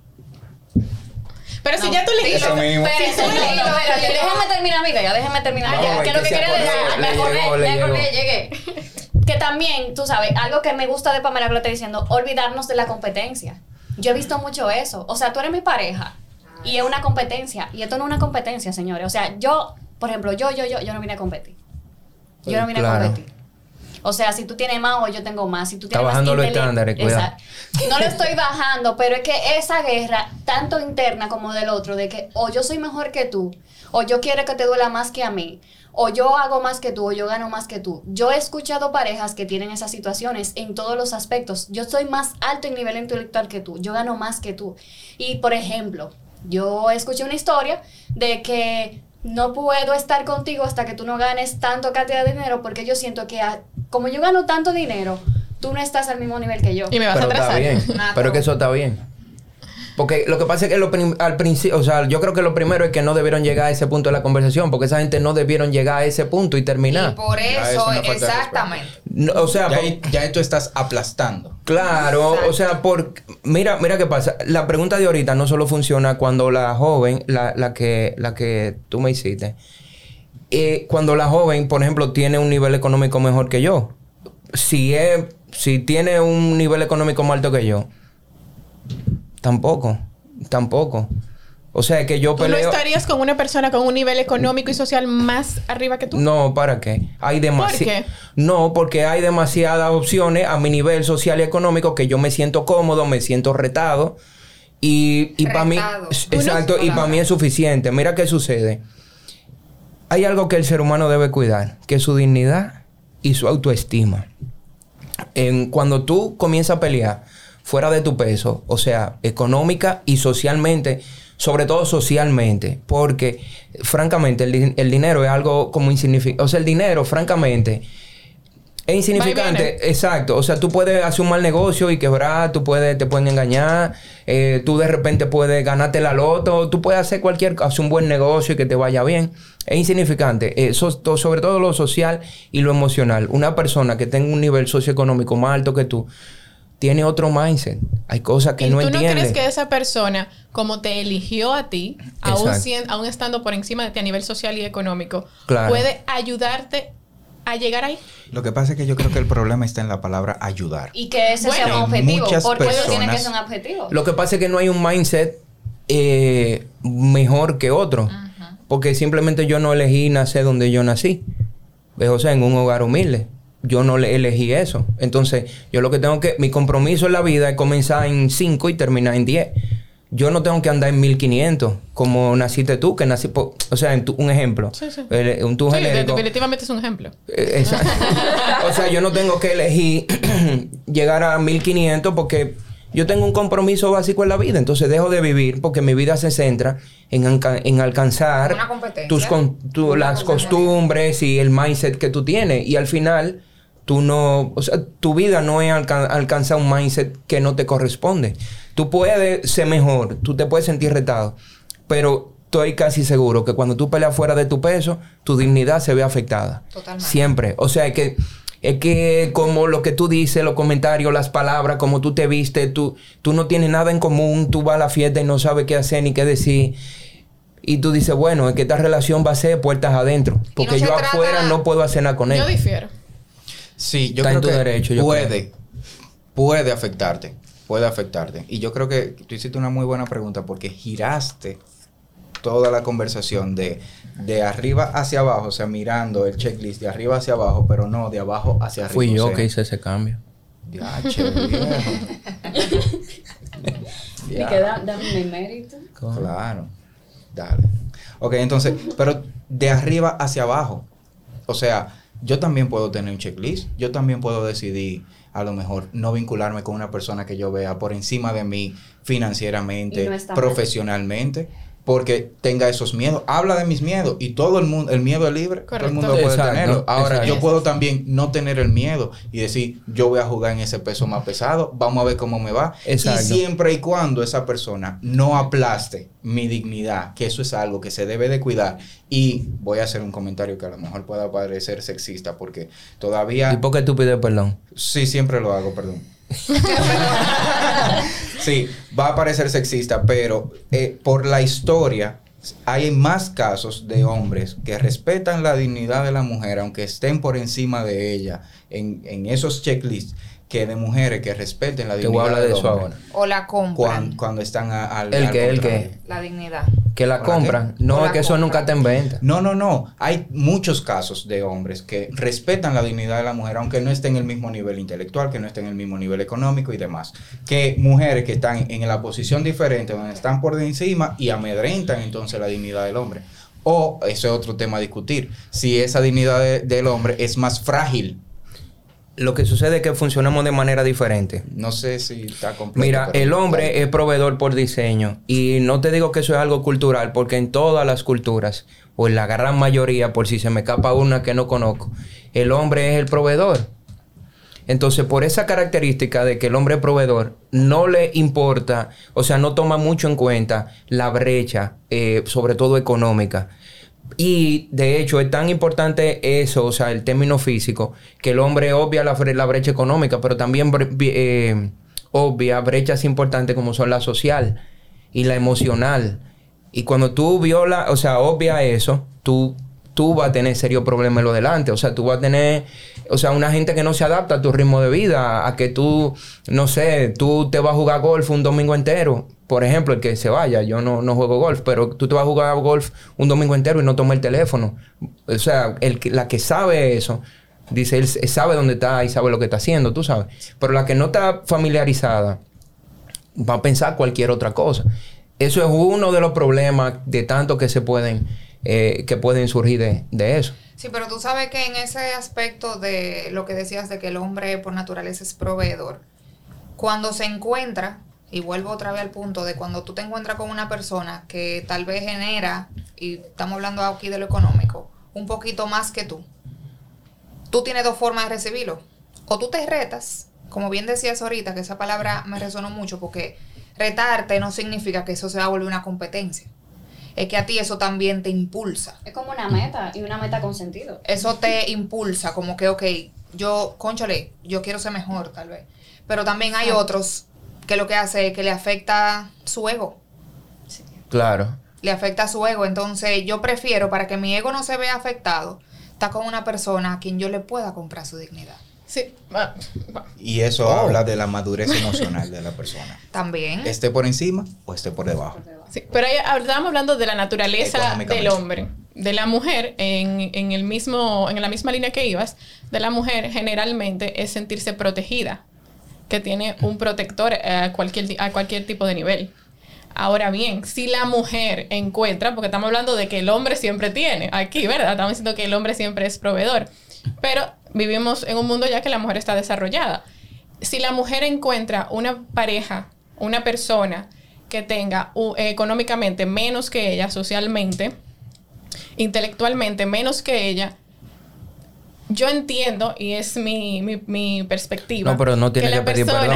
Pero si ya tú le Eso mismo. Déjame terminar mi idea, déjame terminar No, ya. es Que lo que que se quiero acordó, decir, le llegó. llegué. Que también, tú sabes, algo que me gusta de Pamela que lo está diciendo, olvidarnos de la competencia. Yo he visto mucho eso. O sea, tú eres mi pareja y es una competencia. Y esto no es una competencia, señores. O sea, yo, por ejemplo, yo no vine a competir. Yo no vine Claro. a competir. O sea, si tú tienes más o yo tengo más, si tú Está tienes bajando más los intele- estándares, cuidado. Exacto. No lo estoy bajando, pero es que esa guerra, tanto interna como del otro, de que o yo soy mejor que tú, o yo quiero que te duela más que a mí, o yo hago más que tú, o yo gano más que tú. Yo he escuchado parejas que tienen esas situaciones en todos los aspectos. Yo soy más alto en nivel intelectual que tú, yo gano más que tú. Y, por ejemplo, yo escuché una historia de que no puedo estar contigo hasta que tú no ganes tanto cantidad de dinero, porque yo siento que como yo gano tanto dinero, tú no estás al mismo nivel que yo. Y me vas a Pero está atrasar. bien. Nah, Pero que eso está bien. Porque lo que pasa es que al principio, o sea, yo creo que lo primero es que no debieron llegar a ese punto de la conversación, porque esa gente no debieron llegar a ese punto y terminar. Y por Ya, es eso, una falta de exactamente. No, o sea, Ya tú estás aplastando. claro, Exacto. o sea, mira qué pasa. La pregunta de ahorita no solo funciona cuando la joven, la que tú me hiciste, cuando la joven, por ejemplo, tiene un nivel económico mejor que yo. Si tiene un nivel económico más alto que yo, tampoco. O sea, que yo ¿Tú no peleo... estarías con una persona con un nivel económico y social más arriba que tú? No, ¿para qué? Hay ¿Por qué? No, porque hay demasiadas opciones a mi nivel social y económico que yo me siento cómodo, me siento retado. Y para mí... Retado. Exacto, y para mí es suficiente. Mira qué sucede. Hay algo que el ser humano debe cuidar, que es su dignidad y su autoestima. Cuando tú comienzas a pelear fuera de tu peso, o sea, económica y socialmente, sobre todo socialmente, porque francamente el dinero es algo como insignificante. O sea, el dinero, francamente, Es insignificante, exacto. O sea, tú puedes hacer un mal negocio y quebrar, te pueden engañar, tú de repente puedes ganarte la loto, tú puedes hacer un buen negocio y que te vaya bien. Es insignificante. Eso, sobre todo lo social y lo emocional. Una persona que tenga un nivel socioeconómico más alto que tú, tiene otro mindset. Hay cosas que no entiende. ¿Y tú no crees que esa persona, como te eligió a ti, aún estando por encima de ti a nivel social y económico, puede ayudarte a llegar ahí? Lo que pasa es que yo creo que el problema está en la palabra ayudar. Y que ese sea un objetivo. Porque eso tiene que ser un objetivo. Lo que pasa es que no hay un mindset mejor que otro. Porque simplemente yo no elegí nacer donde yo nací. O sea, en un hogar humilde. Yo no elegí eso. Entonces, yo lo que tengo que... Mi compromiso en la vida es comenzar en 5 y terminar en 10. Yo no tengo que andar en 1500 como naciste tú, que nací... o sea, un ejemplo. Sí. Tu genérico. Definitivamente es un ejemplo. Exacto. O sea, yo no tengo que elegir llegar a 1500 porque yo tengo un compromiso básico en la vida. Entonces, dejo de vivir porque mi vida se centra en alcanzar las costumbres y el mindset que tú tienes. Y al final... tu vida no es alcanzar un mindset que no te corresponde. Tú puedes ser mejor, tú te puedes sentir retado, pero estoy casi seguro que cuando tú peleas fuera de tu peso, tu dignidad se ve afectada. Totalmente. Siempre. O sea, es que como lo que tú dices, los comentarios, las palabras, como tú te vistes, tú no tienes nada en común, tú vas a la fiesta y no sabes qué hacer ni qué decir. Y tú dices, bueno, es que esta relación va a ser puertas adentro, porque yo afuera no puedo hacer nada con él. Yo difiero. Sí, yo creo que puede afectarte. Puede afectarte. Y yo creo que tú hiciste una muy buena pregunta porque giraste toda la conversación de arriba hacia abajo, o sea, mirando el checklist de arriba hacia abajo, pero no de abajo hacia arriba. Fui yo que hice ese cambio. Diache, viejo. Y que dame mi mérito. Claro. Dale. Ok, entonces, pero de arriba hacia abajo. O sea... Yo también puedo tener un checklist. Yo también puedo decidir, a lo mejor, no vincularme con una persona que yo vea por encima de mí financieramente, profesionalmente, porque tenga esos miedos. Habla de mis miedos y todo el mundo, el miedo es libre. Correcto. Todo el mundo puede tenerlo. Ahora, yo puedo también no tener el miedo y decir, yo voy a jugar en ese peso más pesado, vamos a ver cómo me va. Exacto. Y siempre y cuando esa persona no aplaste mi dignidad, que eso es algo que se debe de cuidar. Y voy a hacer un comentario que a lo mejor pueda parecer sexista, porque todavía... ¿Y por qué tú pides perdón? Sí, siempre lo hago, perdón. Sí, va a parecer sexista, pero por la historia hay más casos de hombres que respetan la dignidad de la mujer, aunque estén por encima de ella en esos checklists, que de mujeres que respeten la dignidad del hombre. Te voy a hablar de eso ahora. O la compran. Cuando están al ¿El qué? La dignidad. Que la compran. No, es que eso nunca está en venta. No. Hay muchos casos de hombres que respetan la dignidad de la mujer, aunque no estén en el mismo nivel intelectual, que no estén en el mismo nivel económico y demás. Que mujeres que están en la posición diferente, donde están por encima y amedrentan entonces la dignidad del hombre. O, ese es otro tema a discutir, si esa dignidad del hombre es más frágil. Lo que sucede es que funcionamos de manera diferente. No sé si está completo. Mira, el hombre es proveedor por diseño. Y no te digo que eso es algo cultural, porque en todas las culturas, o en la gran mayoría, por si se me escapa una que no conozco, el hombre es el proveedor. Entonces, por esa característica de que el hombre es proveedor, no le importa, o sea, no toma mucho en cuenta la brecha, sobre todo económica. Y de hecho es tan importante eso, o sea, el término físico, que el hombre obvia la brecha económica, pero también obvia brechas importantes como son la social y la emocional. Y cuando tú obvia eso, tú vas a tener serios problemas en lo delante. O sea, tú vas a tener, una gente que no se adapta a tu ritmo de vida, a que tú, no sé, tú te vas a jugar golf un domingo entero. Por ejemplo, el que se vaya, yo no juego golf, pero tú te vas a jugar golf un domingo entero y no tomas el teléfono. O sea, la que sabe eso, dice, él sabe dónde está y sabe lo que está haciendo, tú sabes. Pero la que no está familiarizada va a pensar cualquier otra cosa. Eso es uno de los problemas de tanto que pueden surgir de eso. Sí, pero tú sabes que en ese aspecto de lo que decías de que el hombre por naturaleza es proveedor, cuando se encuentra... Y vuelvo otra vez al punto de cuando tú te encuentras con una persona que tal vez genera, y estamos hablando aquí de lo económico, un poquito más que tú. tú tienes dos formas de recibirlo. O tú te retas, como bien decías ahorita, que esa palabra me resonó mucho, porque retarte no significa que eso se va a volver una competencia. Es que a ti eso también te impulsa. Es como una meta, y una meta con sentido. Eso te impulsa, como que, ok, yo quiero ser mejor, tal vez. Pero también hay otros que lo que hace es que le afecta su ego. Sí. Claro. Le afecta su ego. Entonces, yo prefiero, para que mi ego no se vea afectado, estar con una persona a quien yo le pueda comprar su dignidad. Sí. Y eso habla de la madurez emocional de la persona. También. Esté por encima o esté por debajo. Sí, pero ahí estábamos hablando de la naturaleza del hombre. De la mujer, en la misma línea que ibas, de la mujer generalmente es sentirse protegida, que tiene un protector a cualquier tipo de nivel. Ahora bien, si la mujer encuentra, porque estamos hablando de que el hombre siempre tiene, aquí, ¿verdad? Estamos diciendo que el hombre siempre es proveedor, pero vivimos en un mundo ya que la mujer está desarrollada. Si la mujer encuentra una pareja, una persona que tenga económicamente menos que ella, socialmente, intelectualmente menos que ella, yo entiendo, y es mi perspectiva. No, pero no tiene que pedir perdón.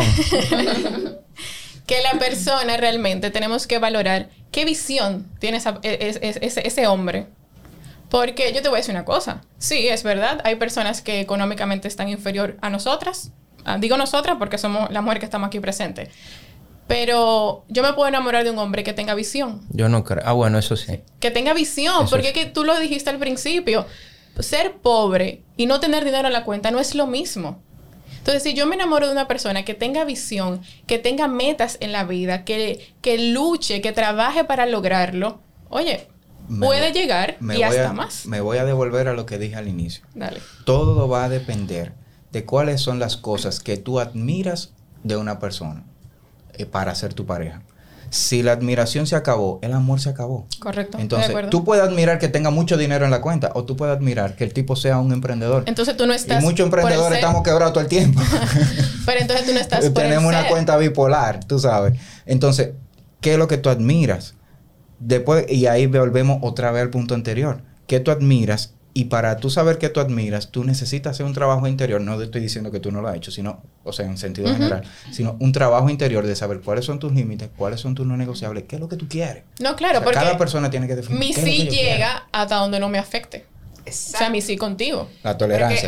Que la persona realmente tenemos que valorar qué visión tiene ese hombre. Porque yo te voy a decir una cosa. Sí, es verdad, hay personas que económicamente están inferior a nosotras. Digo nosotras porque somos la mujer que estamos aquí presentes. Pero yo me puedo enamorar de un hombre que tenga visión. Yo no creo. Ah, bueno, eso sí. Que tenga visión. Eso porque sí. Que tú lo dijiste al principio. Ser pobre y no tener dinero en la cuenta no es lo mismo. Entonces, si yo me enamoro de una persona que tenga visión, que tenga metas en la vida, que luche, que trabaje para lograrlo, oye, puede llegar y hasta más. Me voy a devolver a lo que dije al inicio. Dale. Todo va a depender de cuáles son las cosas que tú admiras de una persona para ser tu pareja. Si la admiración se acabó, el amor se acabó. Correcto. Entonces, tú puedes admirar que tenga mucho dinero en la cuenta o tú puedes admirar que el tipo sea un emprendedor. Entonces, tú no estás... Y muchos emprendedores estamos quebrados todo el tiempo. Pero entonces tú no estás por Tenemos una cuenta bipolar, tú sabes. Entonces, ¿qué es lo que tú admiras? Después, y ahí volvemos otra vez al punto anterior. ¿Qué tú admiras? Y para tú saber qué tú admiras, tú necesitas hacer un trabajo interior. No te estoy diciendo que tú no lo has hecho, sino, o sea, en sentido general, sino un trabajo interior de saber cuáles son tus límites, cuáles son tus no negociables, qué es lo que tú quieres. No, claro, o sea, porque cada persona tiene que definir. Mi sí llega hasta donde no me afecte. Exacto. O sea, mi sí contigo. La tolerancia.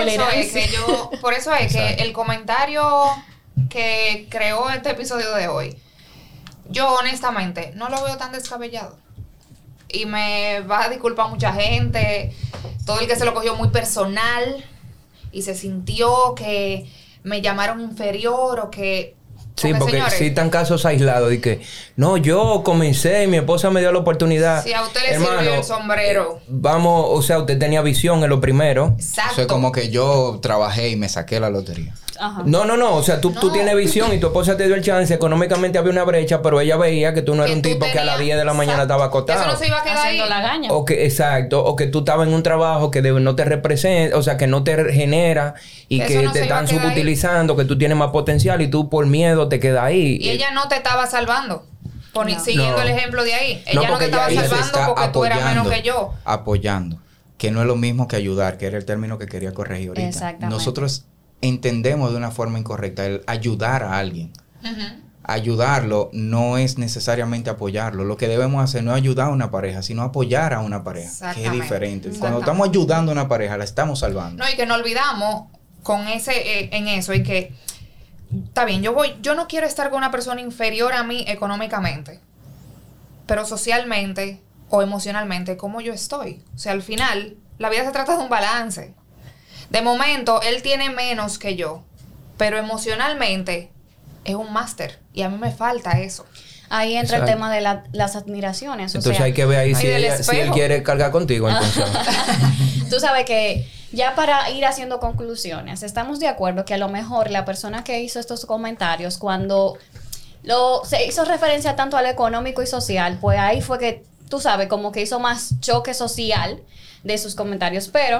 Por eso es que el comentario que creó este episodio de hoy, yo honestamente no lo veo tan descabellado. Y me va a disculpar mucha gente, todo el que se lo cogió muy personal y se sintió que me llamaron inferior o que... Sí, porque señores, sí están casos aislados de que, no, yo comencé y mi esposa me dio la oportunidad. Si a usted le sirve el sombrero. Vamos, o sea, usted tenía visión en lo primero. Exacto. Eso es como que yo trabajé y me saqué la lotería. Ajá. No, o sea, tú tienes visión y tu esposa te dio el chance, económicamente había una brecha, pero ella veía que tú no eras un tipo que a las 10 de la mañana estaba acostado. Eso no se iba a quedar haciendo ahí. La gaña. O que, exacto, o que tú estabas en un trabajo que no te representa, o sea, que no te genera y eso que no te están ahí. subutilizando, que tú tienes más potencial y tú por miedo te quedas ahí. Y ella no te estaba salvando. Siguiendo el ejemplo de ahí. Ella no te estaba salvando porque tú eras menos que yo. Apoyando. Que no es lo mismo que ayudar, que era el término que quería corregir ahorita. Exactamente. Nosotros entendemos de una forma incorrecta el ayudar a alguien. Ayudarlo no es necesariamente apoyarlo. Lo que debemos hacer no es ayudar a una pareja, sino apoyar a una pareja, que es diferente. Cuando estamos ayudando a una pareja, la estamos salvando. No, y que no olvidamos con en eso, y que está bien, yo no quiero estar con una persona inferior a mí económicamente, pero socialmente o emocionalmente, ¿cómo yo estoy? O sea, al final, la vida se trata de un balance. De momento, él tiene menos que yo, pero emocionalmente es un máster y a mí me falta eso. Ahí entra el tema de las admiraciones. Entonces hay que ver ahí si él quiere cargar contigo. Entonces. Tú sabes que ya para ir haciendo conclusiones, estamos de acuerdo que a lo mejor la persona que hizo estos comentarios, cuando se hizo referencia tanto a lo económico y social, pues ahí fue que, tú sabes, como que hizo más choque social de sus comentarios, pero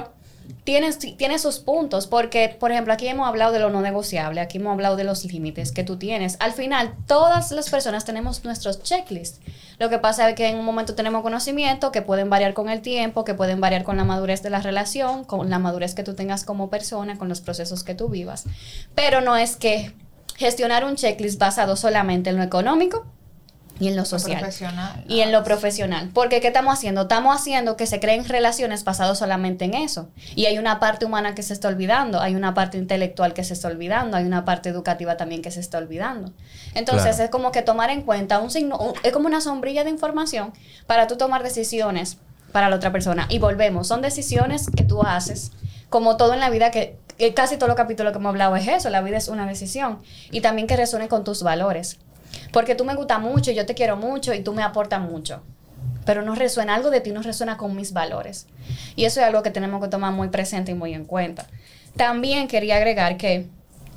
tiene sus puntos, porque, por ejemplo, aquí hemos hablado de lo no negociable, aquí hemos hablado de los límites que tú tienes. Al final, todas las personas tenemos nuestros checklists. Lo que pasa es que en un momento tenemos conocimiento que pueden variar con el tiempo, que pueden variar con la madurez de la relación, con la madurez que tú tengas como persona, con los procesos que tú vivas. Pero no es que gestionar un checklist basado solamente en lo económico y en lo social. Y en lo profesional. Porque ¿qué estamos haciendo? Estamos haciendo que se creen relaciones basadas solamente en eso. Y hay una parte humana que se está olvidando, hay una parte intelectual que se está olvidando, hay una parte educativa también que se está olvidando. Entonces claro, es como que tomar en cuenta un signo, es como una sombrilla de información para tú tomar decisiones para la otra persona. Y volvemos, son decisiones que tú haces, como todo en la vida, que casi todos los capítulos que hemos hablado es eso, la vida es una decisión. Y también que resuene con tus valores. Porque tú me gustas mucho, yo te quiero mucho y tú me aportas mucho. Pero no resuena, algo de ti no resuena con mis valores. Y eso es algo que tenemos que tomar muy presente y muy en cuenta. También quería agregar que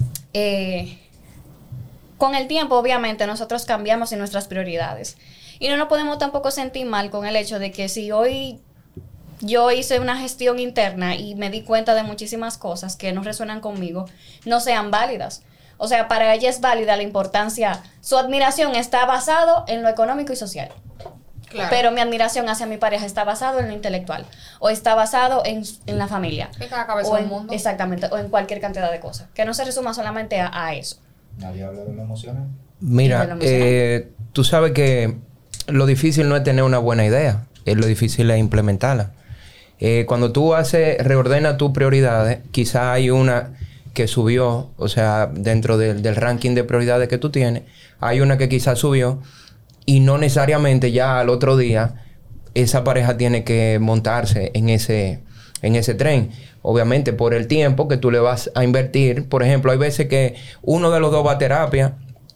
con el tiempo, obviamente, nosotros cambiamos en nuestras prioridades. Y no nos podemos tampoco sentir mal con el hecho de que si hoy yo hice una gestión interna y me di cuenta de muchísimas cosas que no resuenan conmigo, no sean válidas. O sea, para ella es válida la importancia. Su admiración está basado en lo económico y social. Claro. Pero mi admiración hacia mi pareja está basado en lo intelectual. O está basado en la familia. Que cada cabeza es un mundo. Exactamente. O en cualquier cantidad de cosas. Que no se resuma solamente a eso. Nadie habla de lo emocional. Mira, tú sabes que lo difícil no es tener una buena idea. Lo difícil es implementarla. Cuando tú reordenas tus prioridades, quizás hay una que subió, o sea, dentro del ranking de prioridades que tú tienes, hay una que quizás subió y no necesariamente ya al otro día esa pareja tiene que montarse en ese tren. Obviamente por el tiempo que tú le vas a invertir. Por ejemplo, hay veces que uno de los dos va a terapia,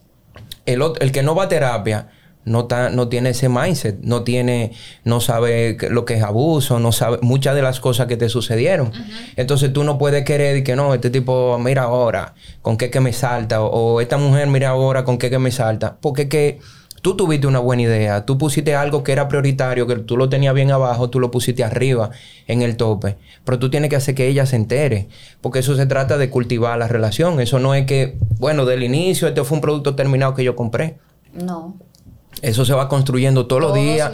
el que no va a terapia no tiene ese mindset, no sabe lo que es abuso, no sabe muchas de las cosas que te sucedieron. Uh-huh. Entonces tú no puedes querer que no, este tipo, mira ahora, con qué que me salta, o esta mujer, mira ahora, con qué que me salta. Porque que tú tuviste una buena idea, tú pusiste algo que era prioritario, que tú lo tenías bien abajo, tú lo pusiste arriba, en el tope. Pero tú tienes que hacer que ella se entere, porque eso se trata de cultivar la relación. Eso no es que, bueno, del inicio, este fue un producto terminado que yo compré. No. Eso se va construyendo todos los días.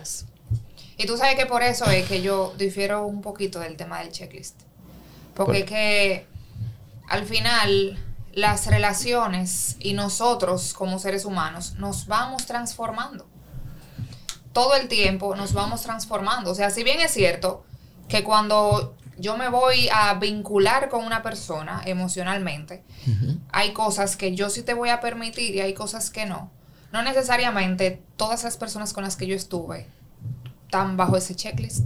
Y tú sabes que por eso es que yo difiero un poquito del tema del checklist. Porque es que al final las relaciones y nosotros como seres humanos nos vamos transformando. Todo el tiempo nos vamos transformando. O sea, si bien es cierto que cuando yo me voy a vincular con una persona emocionalmente, uh-huh, hay cosas que yo sí te voy a permitir y hay cosas que no. No necesariamente todas las personas con las que yo estuve están bajo ese checklist.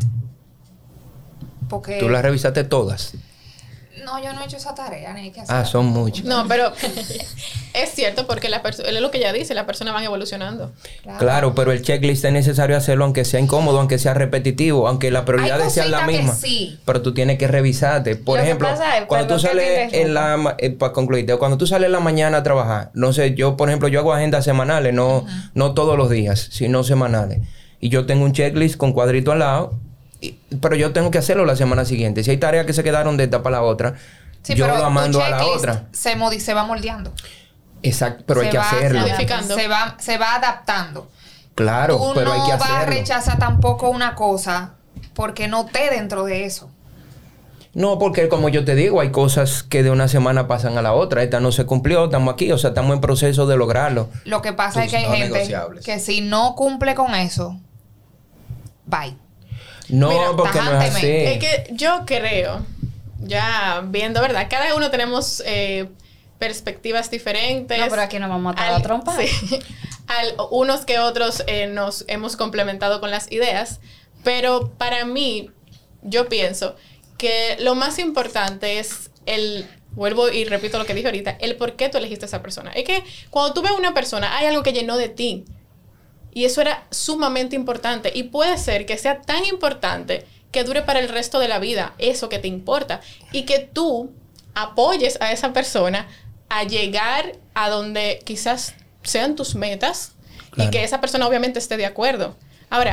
Porque ¿tú las revisaste todas? No, yo no he hecho esa tarea, ni hay que hacerla. Son muchas. No, pero es cierto porque es lo que ella dice, las personas van evolucionando. Claro, pero el checklist es necesario hacerlo aunque sea incómodo, aunque sea repetitivo, aunque las prioridades sean las mismas. Sí. Pero tú tienes que revisarte. Por ejemplo, cuando tú sales para concluirte, cuando tú sales en la mañana a trabajar, no sé, yo, por ejemplo, yo hago agendas semanales, no todos los días, sino semanales. Y yo tengo un checklist con cuadrito al lado. Pero yo tengo que hacerlo la semana siguiente. Si hay tareas que se quedaron de esta para la otra, sí, yo lo mando a la otra. Se va moldeando. Exacto, pero hay que hacerlo. Se va adaptando. Claro, pero hay que hacerlo. Tú no vas a rechazar tampoco una cosa porque no esté dentro de eso. No, porque como yo te digo, hay cosas que de una semana pasan a la otra. Esta no se cumplió, estamos aquí, o sea, estamos en proceso de lograrlo. Lo que pasa es que hay gente que si no cumple con eso, bye. No, mira, porque no es así. Es que yo creo, ya viendo, ¿verdad? Cada uno tenemos perspectivas diferentes. No, pero aquí nos vamos a matar a trompa. Sí. Unos que otros nos hemos complementado con las ideas. Pero para mí, yo pienso que lo más importante es vuelvo y repito lo que dije ahorita, el por qué tú elegiste a esa persona. Es que cuando tú ves a una persona, hay algo que llenó de ti. Y eso era sumamente importante. Y puede ser que sea tan importante que dure para el resto de la vida, eso que te importa. Y que tú apoyes a esa persona a llegar a donde quizás sean tus metas. Claro. Y que esa persona obviamente esté de acuerdo. Ahora,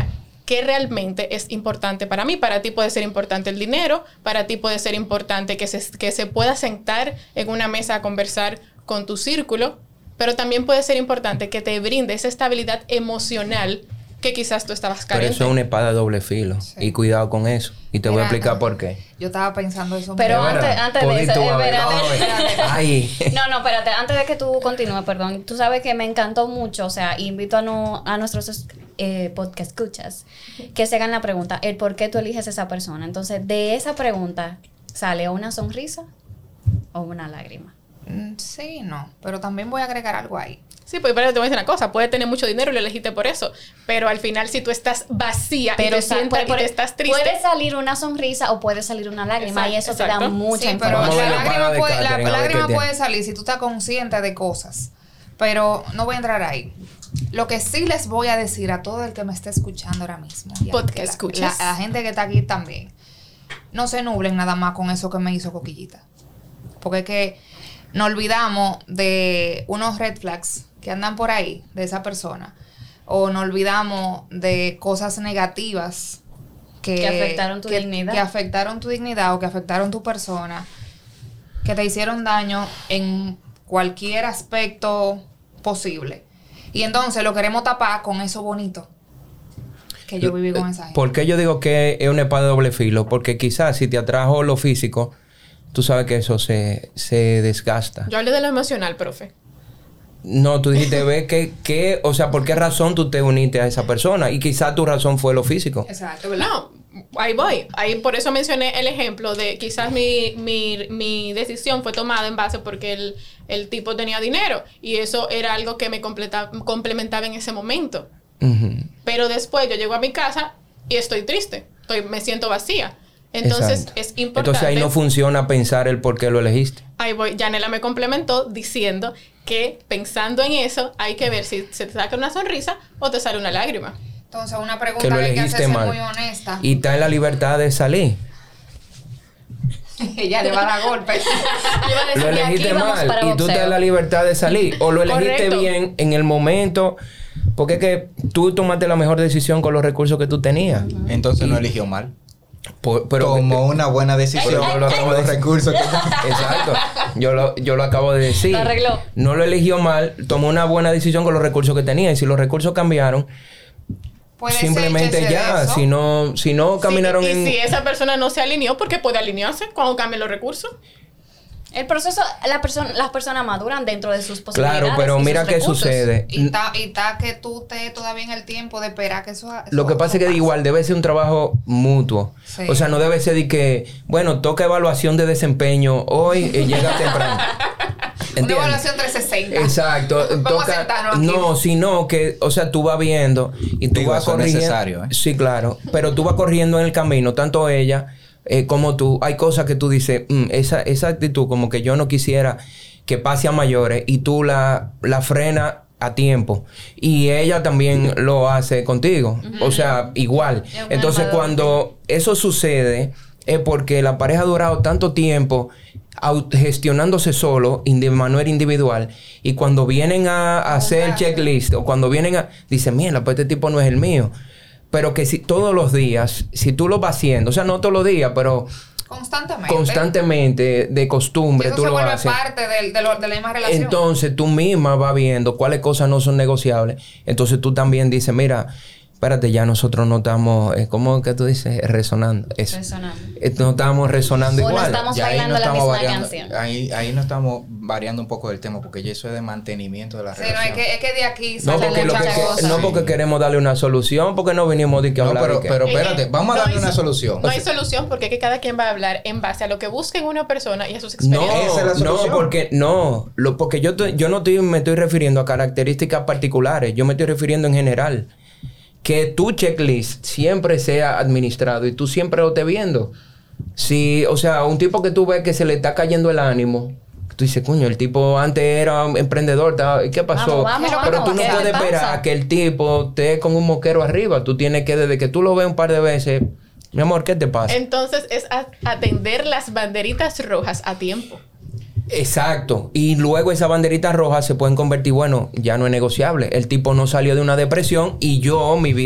qué realmente es importante para mí. Para ti puede ser importante el dinero, para ti puede ser importante que se pueda sentar en una mesa a conversar con tu círculo, pero también puede ser importante que te brinde esa estabilidad emocional que quizás tú estabas carente. Pero eso es una espada de doble filo. Sí. Y cuidado con eso. Y te voy a explicar por qué. Yo estaba pensando eso. Pero antes de eso, espérate. No, espérate. Antes de que tú continúes, perdón. Tú sabes que me encantó mucho. O sea, invito a nuestros podcast escuchas que se hagan la pregunta, el por qué tú eliges a esa persona. Entonces, de esa pregunta, ¿sale una sonrisa o una lágrima? Sí, no. Pero también voy a agregar algo ahí. Sí, pues pero te voy a decir una cosa, puede tener mucho dinero y lo elegiste por eso, pero al final si tú estás vacía pero y te sientas y te estás triste, puede salir una sonrisa o puede salir una lágrima. Exacto, y eso te da mucha información. Pero la lágrima puede salir si tú estás consciente de cosas, pero no voy a entrar ahí. Lo que sí les voy a decir a todo el que me esté escuchando ahora mismo, porque escuchas, la gente que está aquí también, no se nublen nada más con eso que me hizo Coquillita, porque es que nos olvidamos de unos red flags que andan por ahí de esa persona, o nos olvidamos de cosas negativas que afectaron tu dignidad, que afectaron tu dignidad o que afectaron tu persona, que te hicieron daño en cualquier aspecto posible, y entonces lo queremos tapar con eso bonito que yo viví con esa gente. ¿Por qué yo digo que es una espada de doble filo? Porque quizás si te atrajo lo físico, tú sabes que eso se desgasta. Yo hablé de lo emocional, profe. No, tú dijiste, ve o sea, ¿por qué razón tú te uniste a esa persona? Y quizás tu razón fue lo físico. Exacto, ¿verdad? No, ahí voy. Ahí por eso mencioné el ejemplo de quizás mi decisión fue tomada en base porque el tipo tenía dinero. Y eso era algo que me complementaba en ese momento. Uh-huh. Pero después yo llego a mi casa y estoy triste. Me siento vacía. Entonces, exacto, es importante. Entonces, ahí no funciona pensar el por qué lo elegiste. Ahí voy. Yanela me complementó diciendo que pensando en eso, hay que ver si se te saca una sonrisa o te sale una lágrima. Entonces, una pregunta que hay que hacerse muy honesta. Y está en la libertad de salir. Ella le va a dar golpes. Lo elegiste mal y tú estás en la libertad de salir. O lo elegiste bien en el momento. Porque es que tú tomaste la mejor decisión con los recursos que tú tenías. Uh-huh. Entonces, no eligió mal. Pero como una buena decisión los recursos exacto, yo lo acabo de decir. Lo arregló. No lo eligió mal, tomó una buena decisión con los recursos que tenía, y si los recursos cambiaron, simplemente ya, si no caminaron y si esa persona no se alineó, porque puede alinearse cuando cambien los recursos. El proceso, las personas maduran dentro de sus posibilidades. Claro, pero mira qué sucede. Y está que tú estés todavía en el tiempo de esperar que eso lo que pasa es que igual debe ser un trabajo mutuo. Sí. O sea, no debe ser de que, bueno, toca evaluación de desempeño hoy y llega temprano. Una evaluación 360. Exacto. No, sino que, o sea, tú vas viendo y tú vas corrigiendo. Es necesario, ¿eh? Sí, claro. Pero tú vas corriendo en el camino, tanto ella como tú. Hay cosas que tú dices, esa actitud como que yo no quisiera que pase a mayores, y tú la frenas a tiempo. Y ella también lo hace contigo. Uh-huh. O sea, igual. Entonces, cuando eso sucede, es porque la pareja ha durado tanto tiempo gestionándose solo, de manera individual, y cuando vienen a hacer el checklist, o cuando vienen dicen, mira, pues este tipo no es el mío. Pero que si todos los días, si tú lo vas haciendo, o sea, no todos los días, pero constantemente, de costumbre, eso tú lo haces. Eso se vuelve parte de la misma relación. Entonces, tú misma vas viendo cuáles cosas no son negociables. Entonces, tú también dices, mira, espérate, ya nosotros no estamos, ¿cómo que tú dices? Resonando. No estamos resonando igual. O no estamos bailando la misma canción. Ahí no estamos variando un poco del tema, porque ya eso es de mantenimiento de la relación. Sí, no, es que de aquí salen muchas cosas. No porque queremos darle una solución, porque no venimos de que hablar. Pero espérate, vamos a darle una solución. No hay solución, porque es que cada quien va a hablar en base a lo que busque en una persona y a sus experiencias. Porque yo no me estoy refiriendo a características particulares, yo me estoy refiriendo en general. Que tu checklist siempre sea administrado y tú siempre lo estés viendo. Si, o sea, un tipo que tú ves que se le está cayendo el ánimo, tú dices, coño, el tipo antes era un emprendedor, ¿qué pasó? Pero tú no puedes esperar a que el tipo esté con un moquero arriba. Tú tienes que, desde que tú lo ves un par de veces, mi amor, ¿qué te pasa? Entonces es atender las banderitas rojas a tiempo. Exacto. Y luego esas banderitas rojas se pueden convertir, bueno, ya no es negociable. El tipo no salió de una depresión y yo, mi vida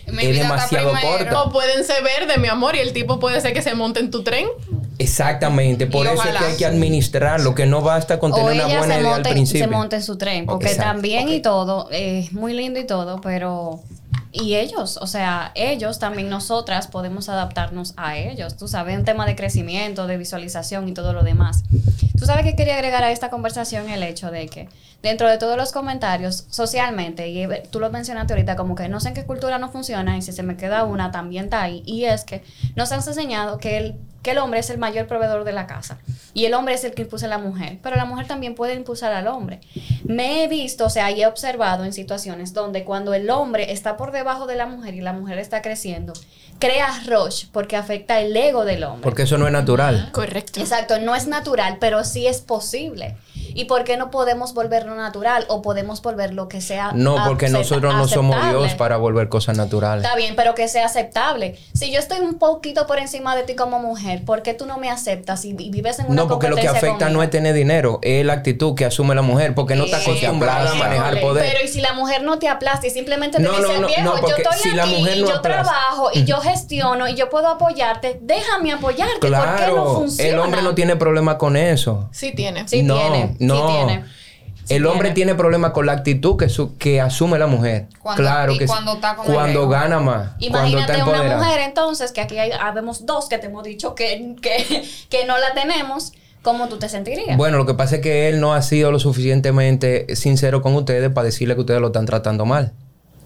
Mi es vida está demasiado primero. corta. O pueden ser verde, mi amor, y el tipo puede ser que se monte en tu tren. Exactamente, por Y eso es ojalá. que hay que administrarlo, que no basta con O tener una ella buena idea al se principio. monta en su tren, porque Exacto. también Ok. y todo, es muy lindo y todo, pero... Y ellos, o sea, ellos también nosotras podemos adaptarnos a ellos, tú sabes, un tema de crecimiento, de visualización y todo lo demás. Tú sabes que quería agregar a esta conversación el hecho de que dentro de todos los comentarios, socialmente, y tú lo mencionaste ahorita, como que no sé en qué cultura no funciona, y si se me queda una, también está ahí, y es que nos han enseñado que el hombre es el mayor proveedor de la casa, y el hombre es el que impulsa a la mujer, pero la mujer también puede impulsar al hombre. Me he visto, o sea, y he observado en situaciones donde cuando el hombre está por debajo de la mujer y la mujer está creciendo, crea rush porque afecta el ego del hombre. Porque eso no es natural. Correcto. Exacto, no es natural, pero sí es posible. ¿Y por qué no podemos volverlo natural o podemos volver lo que sea No, porque nosotros no somos aceptable? Dios para volver cosas naturales. Está bien, pero que sea aceptable. Si yo estoy un poquito por encima de ti como mujer, ¿por qué tú no me aceptas y vives en una No, porque lo que competencia afecta conmigo? no es tener dinero, es la actitud que asume la mujer, porque no está Sí, acostumbrada a manejar Pero poder. y si la mujer no te aplasta y simplemente te No, dice, no, no, viejo, no, yo porque estoy si aquí la mujer y no yo aplasta. trabajo y yo gestiono y yo puedo apoyarte, déjame apoyarte. ¿Por qué no Claro, funciona? el hombre no tiene problema con eso. Sí tiene. Sí no, tiene, sí no. tiene. Sí El hombre tiene problema con la actitud que asume la mujer. Cuando- claro y que cuando está con el cuando ego. gana más, cuando está Imagínate una empoderada. mujer entonces, que aquí habemos dos que te hemos dicho que no la tenemos, ¿cómo tú te sentirías? Bueno, lo que pasa es que él no ha sido lo suficientemente sincero con ustedes para decirle que ustedes lo están tratando mal.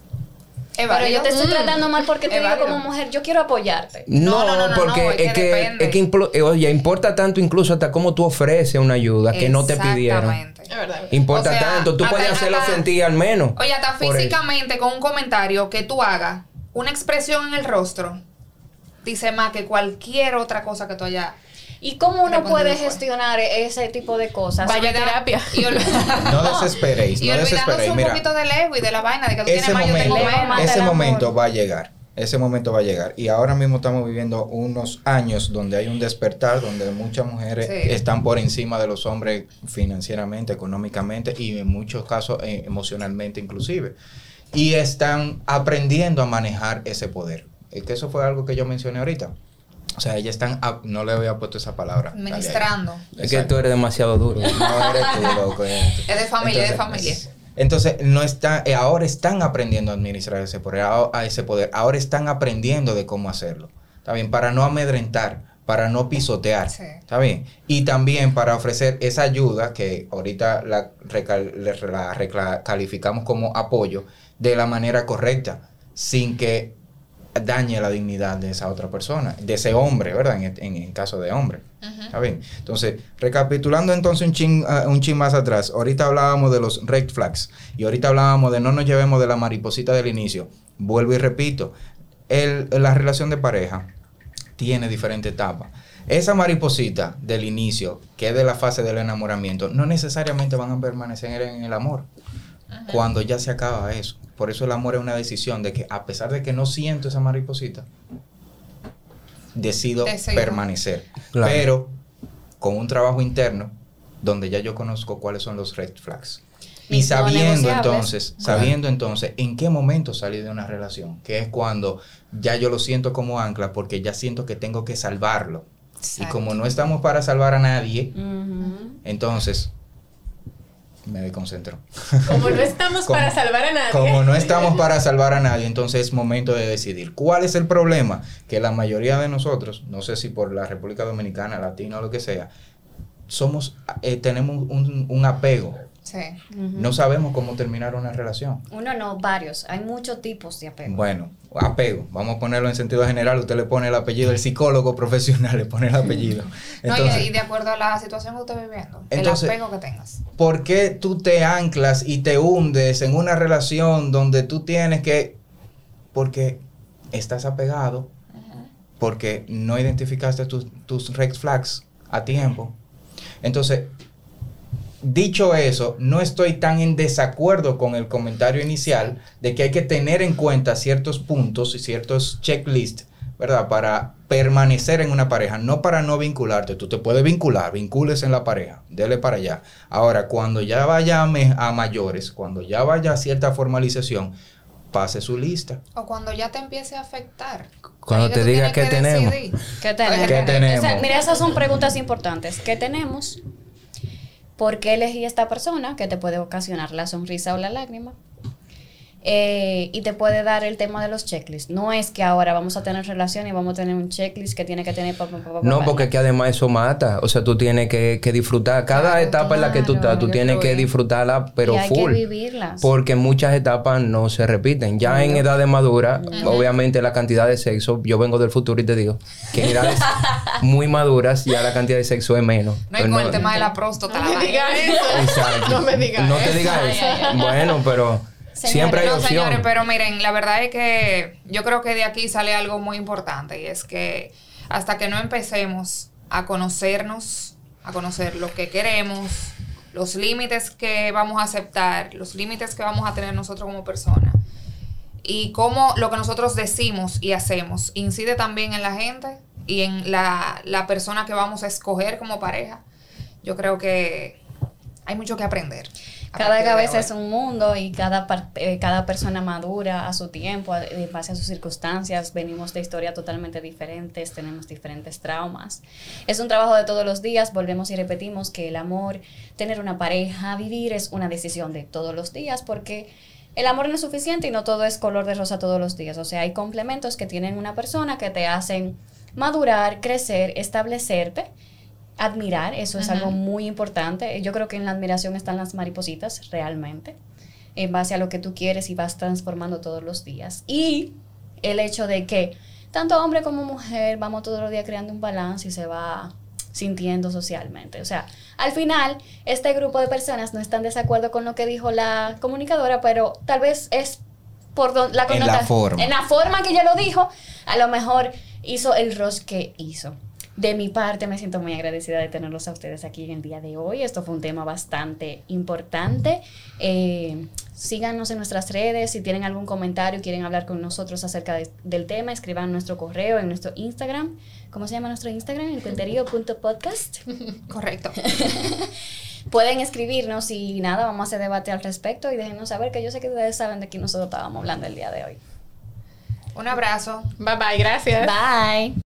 Pero yo te estoy tratando mal porque te Es digo válido. como mujer, yo quiero apoyarte. No, no, porque no, es que depende. oye, importa tanto incluso hasta cómo tú ofreces una ayuda que no te pidieron. Exactamente. Es verdad. Importa O sea, tanto, tú hasta- puedes hacerlo hasta- sentir al menos. Oye, hasta por eso. físicamente con un comentario que tú hagas, una expresión en el rostro, dice más que cualquier otra cosa que tú hayas. ¿Y cómo uno Respondido puede después. gestionar ese tipo de cosas? Vaya Olvida- terapia. Y No desesperéis, y no olvidándose desesperéis. un Mira, poquito del ego y de la vaina, de que tú tienes ese más, yo tengo momento, menos. menos. ese el amor. momento va a llegar. Ese momento va a llegar. Y ahora mismo estamos viviendo unos años donde hay un despertar, donde muchas mujeres Sí. están por encima de los hombres financieramente, económicamente y en muchos casos emocionalmente inclusive. Y están aprendiendo a manejar ese poder. Es que eso fue algo que yo mencioné ahorita. O sea, ellas están, no le había puesto esa palabra. Dale ahí. Administrando. Es que tú eres demasiado duro. No eres tú, loco. Es de familia, es de familia. Entonces, no está, ahora están aprendiendo a administrar ese poder, a ese poder. Ahora están aprendiendo de cómo hacerlo. ¿Está bien? Para no amedrentar, para no pisotear. Sí. ¿Está bien? Y también para ofrecer esa ayuda que ahorita la recalificamos como apoyo de la manera correcta, sin que dañe la dignidad de esa otra persona, de ese hombre, ¿verdad? En caso de hombre. ¿Está bien? Entonces, recapitulando entonces un chin más atrás, ahorita hablábamos de los red flags y ahorita hablábamos de no nos llevemos de la mariposita del inicio. Vuelvo y repito, la relación de pareja tiene diferentes etapas. Esa mariposita del inicio, que es de la fase del enamoramiento, no necesariamente van a permanecer en el amor. Cuando ya se acaba eso. Por eso el amor es una decisión de que a pesar de que no siento esa mariposita, decido permanecer. Claro. Pero con un trabajo interno donde ya yo conozco cuáles son los red flags. Y Mis no sabiendo negociables. entonces en qué momento salir de una relación, que es cuando ya yo lo siento como ancla porque ya siento que tengo que salvarlo. Exacto. Y como no estamos para salvar a nadie, Ujú. entonces me desconcentro. Como no estamos Como- para salvar a nadie. Como no estamos para salvar a nadie, entonces es momento de decidir. ¿Cuál es el problema? Que la mayoría de nosotros, no sé si por la República Dominicana, Latina o lo que sea, tenemos un apego. Sí. No sabemos cómo terminar una relación. Uno no, varios. Hay muchos tipos de apego. Bueno, apego. Vamos a ponerlo en sentido general. Usted le pone el apellido, el psicólogo profesional le pone el apellido. No, Entonces, y de acuerdo a la situación que usted esté viviendo, Entonces- el apego que tengas. ¿por qué tú te anclas y te hundes en una relación donde tú tienes que... Porque estás apegado, porque no identificaste tus red flags a tiempo. Entonces, dicho eso, no estoy tan en desacuerdo con el comentario inicial de que hay que tener en cuenta ciertos puntos y ciertos checklists, ¿verdad? Para permanecer en una pareja, no para no vincularte. Tú te puedes vincular, vincules en la pareja, dele para allá. Ahora, cuando ya vaya a mayores, cuando ya vaya a cierta formalización, pase su lista. O cuando ya te empiece a afectar. Cuando te diga qué tenemos. ¿Qué tenemos? ¿Qué tenemos? O sea, mira, esas son preguntas importantes. ¿Qué tenemos? ¿Por qué elegí esta persona que te puede ocasionar la sonrisa o la lágrima? Y te puede dar el tema de los checklists. No es que ahora vamos a tener relación y vamos a tener un checklist que tiene que tener... No, porque es que además eso mata. O sea, tú tienes que disfrutar. Cada etapa en la que tú estás, tú tienes que disfrutarla, pero y hay full. que vivirlas. Porque muchas etapas no se repiten. Ya en edades maduras, obviamente la cantidad de sexo, yo vengo del futuro y te digo, que en edades muy maduras ya la cantidad de sexo es menos. No, y con el tema de la próstata. No me digas eso. Exacto. No me digas No te eso. digas eso. Bueno, pero... Señores, siempre hay No, opción. señores, pero miren, la verdad es que yo creo que de aquí sale algo muy importante y es que hasta que no empecemos a conocernos, a conocer lo que queremos, los límites que vamos a aceptar, los límites que vamos a tener nosotros como personas y cómo lo que nosotros decimos y hacemos incide también en la gente y en la persona que vamos a escoger como pareja, yo creo que hay mucho que aprender. Cada cabeza es un mundo y cada persona madura a su tiempo, en base a sus circunstancias. Venimos de historias totalmente diferentes, tenemos diferentes traumas. Es un trabajo de todos los días, volvemos y repetimos que el amor, tener una pareja, vivir es una decisión de todos los días porque el amor no es suficiente y no todo es color de rosa todos los días. O sea, hay complementos que tienen una persona que te hacen madurar, crecer, establecerte. Admirar, eso es algo muy importante. Yo creo que en la admiración están las maripositas, realmente, en base a lo que tú quieres y vas transformando todos los días. Y el hecho de que tanto hombre como mujer vamos todos los días creando un balance y se va sintiendo socialmente. O sea, al final, este grupo de personas no están de desacuerdo con lo que dijo la comunicadora, pero tal vez es por la connotación. En la forma que ella lo dijo, a lo mejor hizo el rush que hizo. De mi parte, me siento muy agradecida de tenerlos a ustedes aquí en el día de hoy. Esto fue un tema bastante importante. Síganos en nuestras redes. Si tienen algún comentario, quieren hablar con nosotros acerca del tema, escriban nuestro correo en nuestro Instagram. ¿Cómo se llama nuestro Instagram? Encuenterío.podcast. Correcto. Pueden escribirnos y nada, vamos a hacer debate al respecto y déjenos saber que yo sé que ustedes saben de quién nosotros estábamos hablando el día de hoy. Un abrazo. Bye bye, gracias. Bye.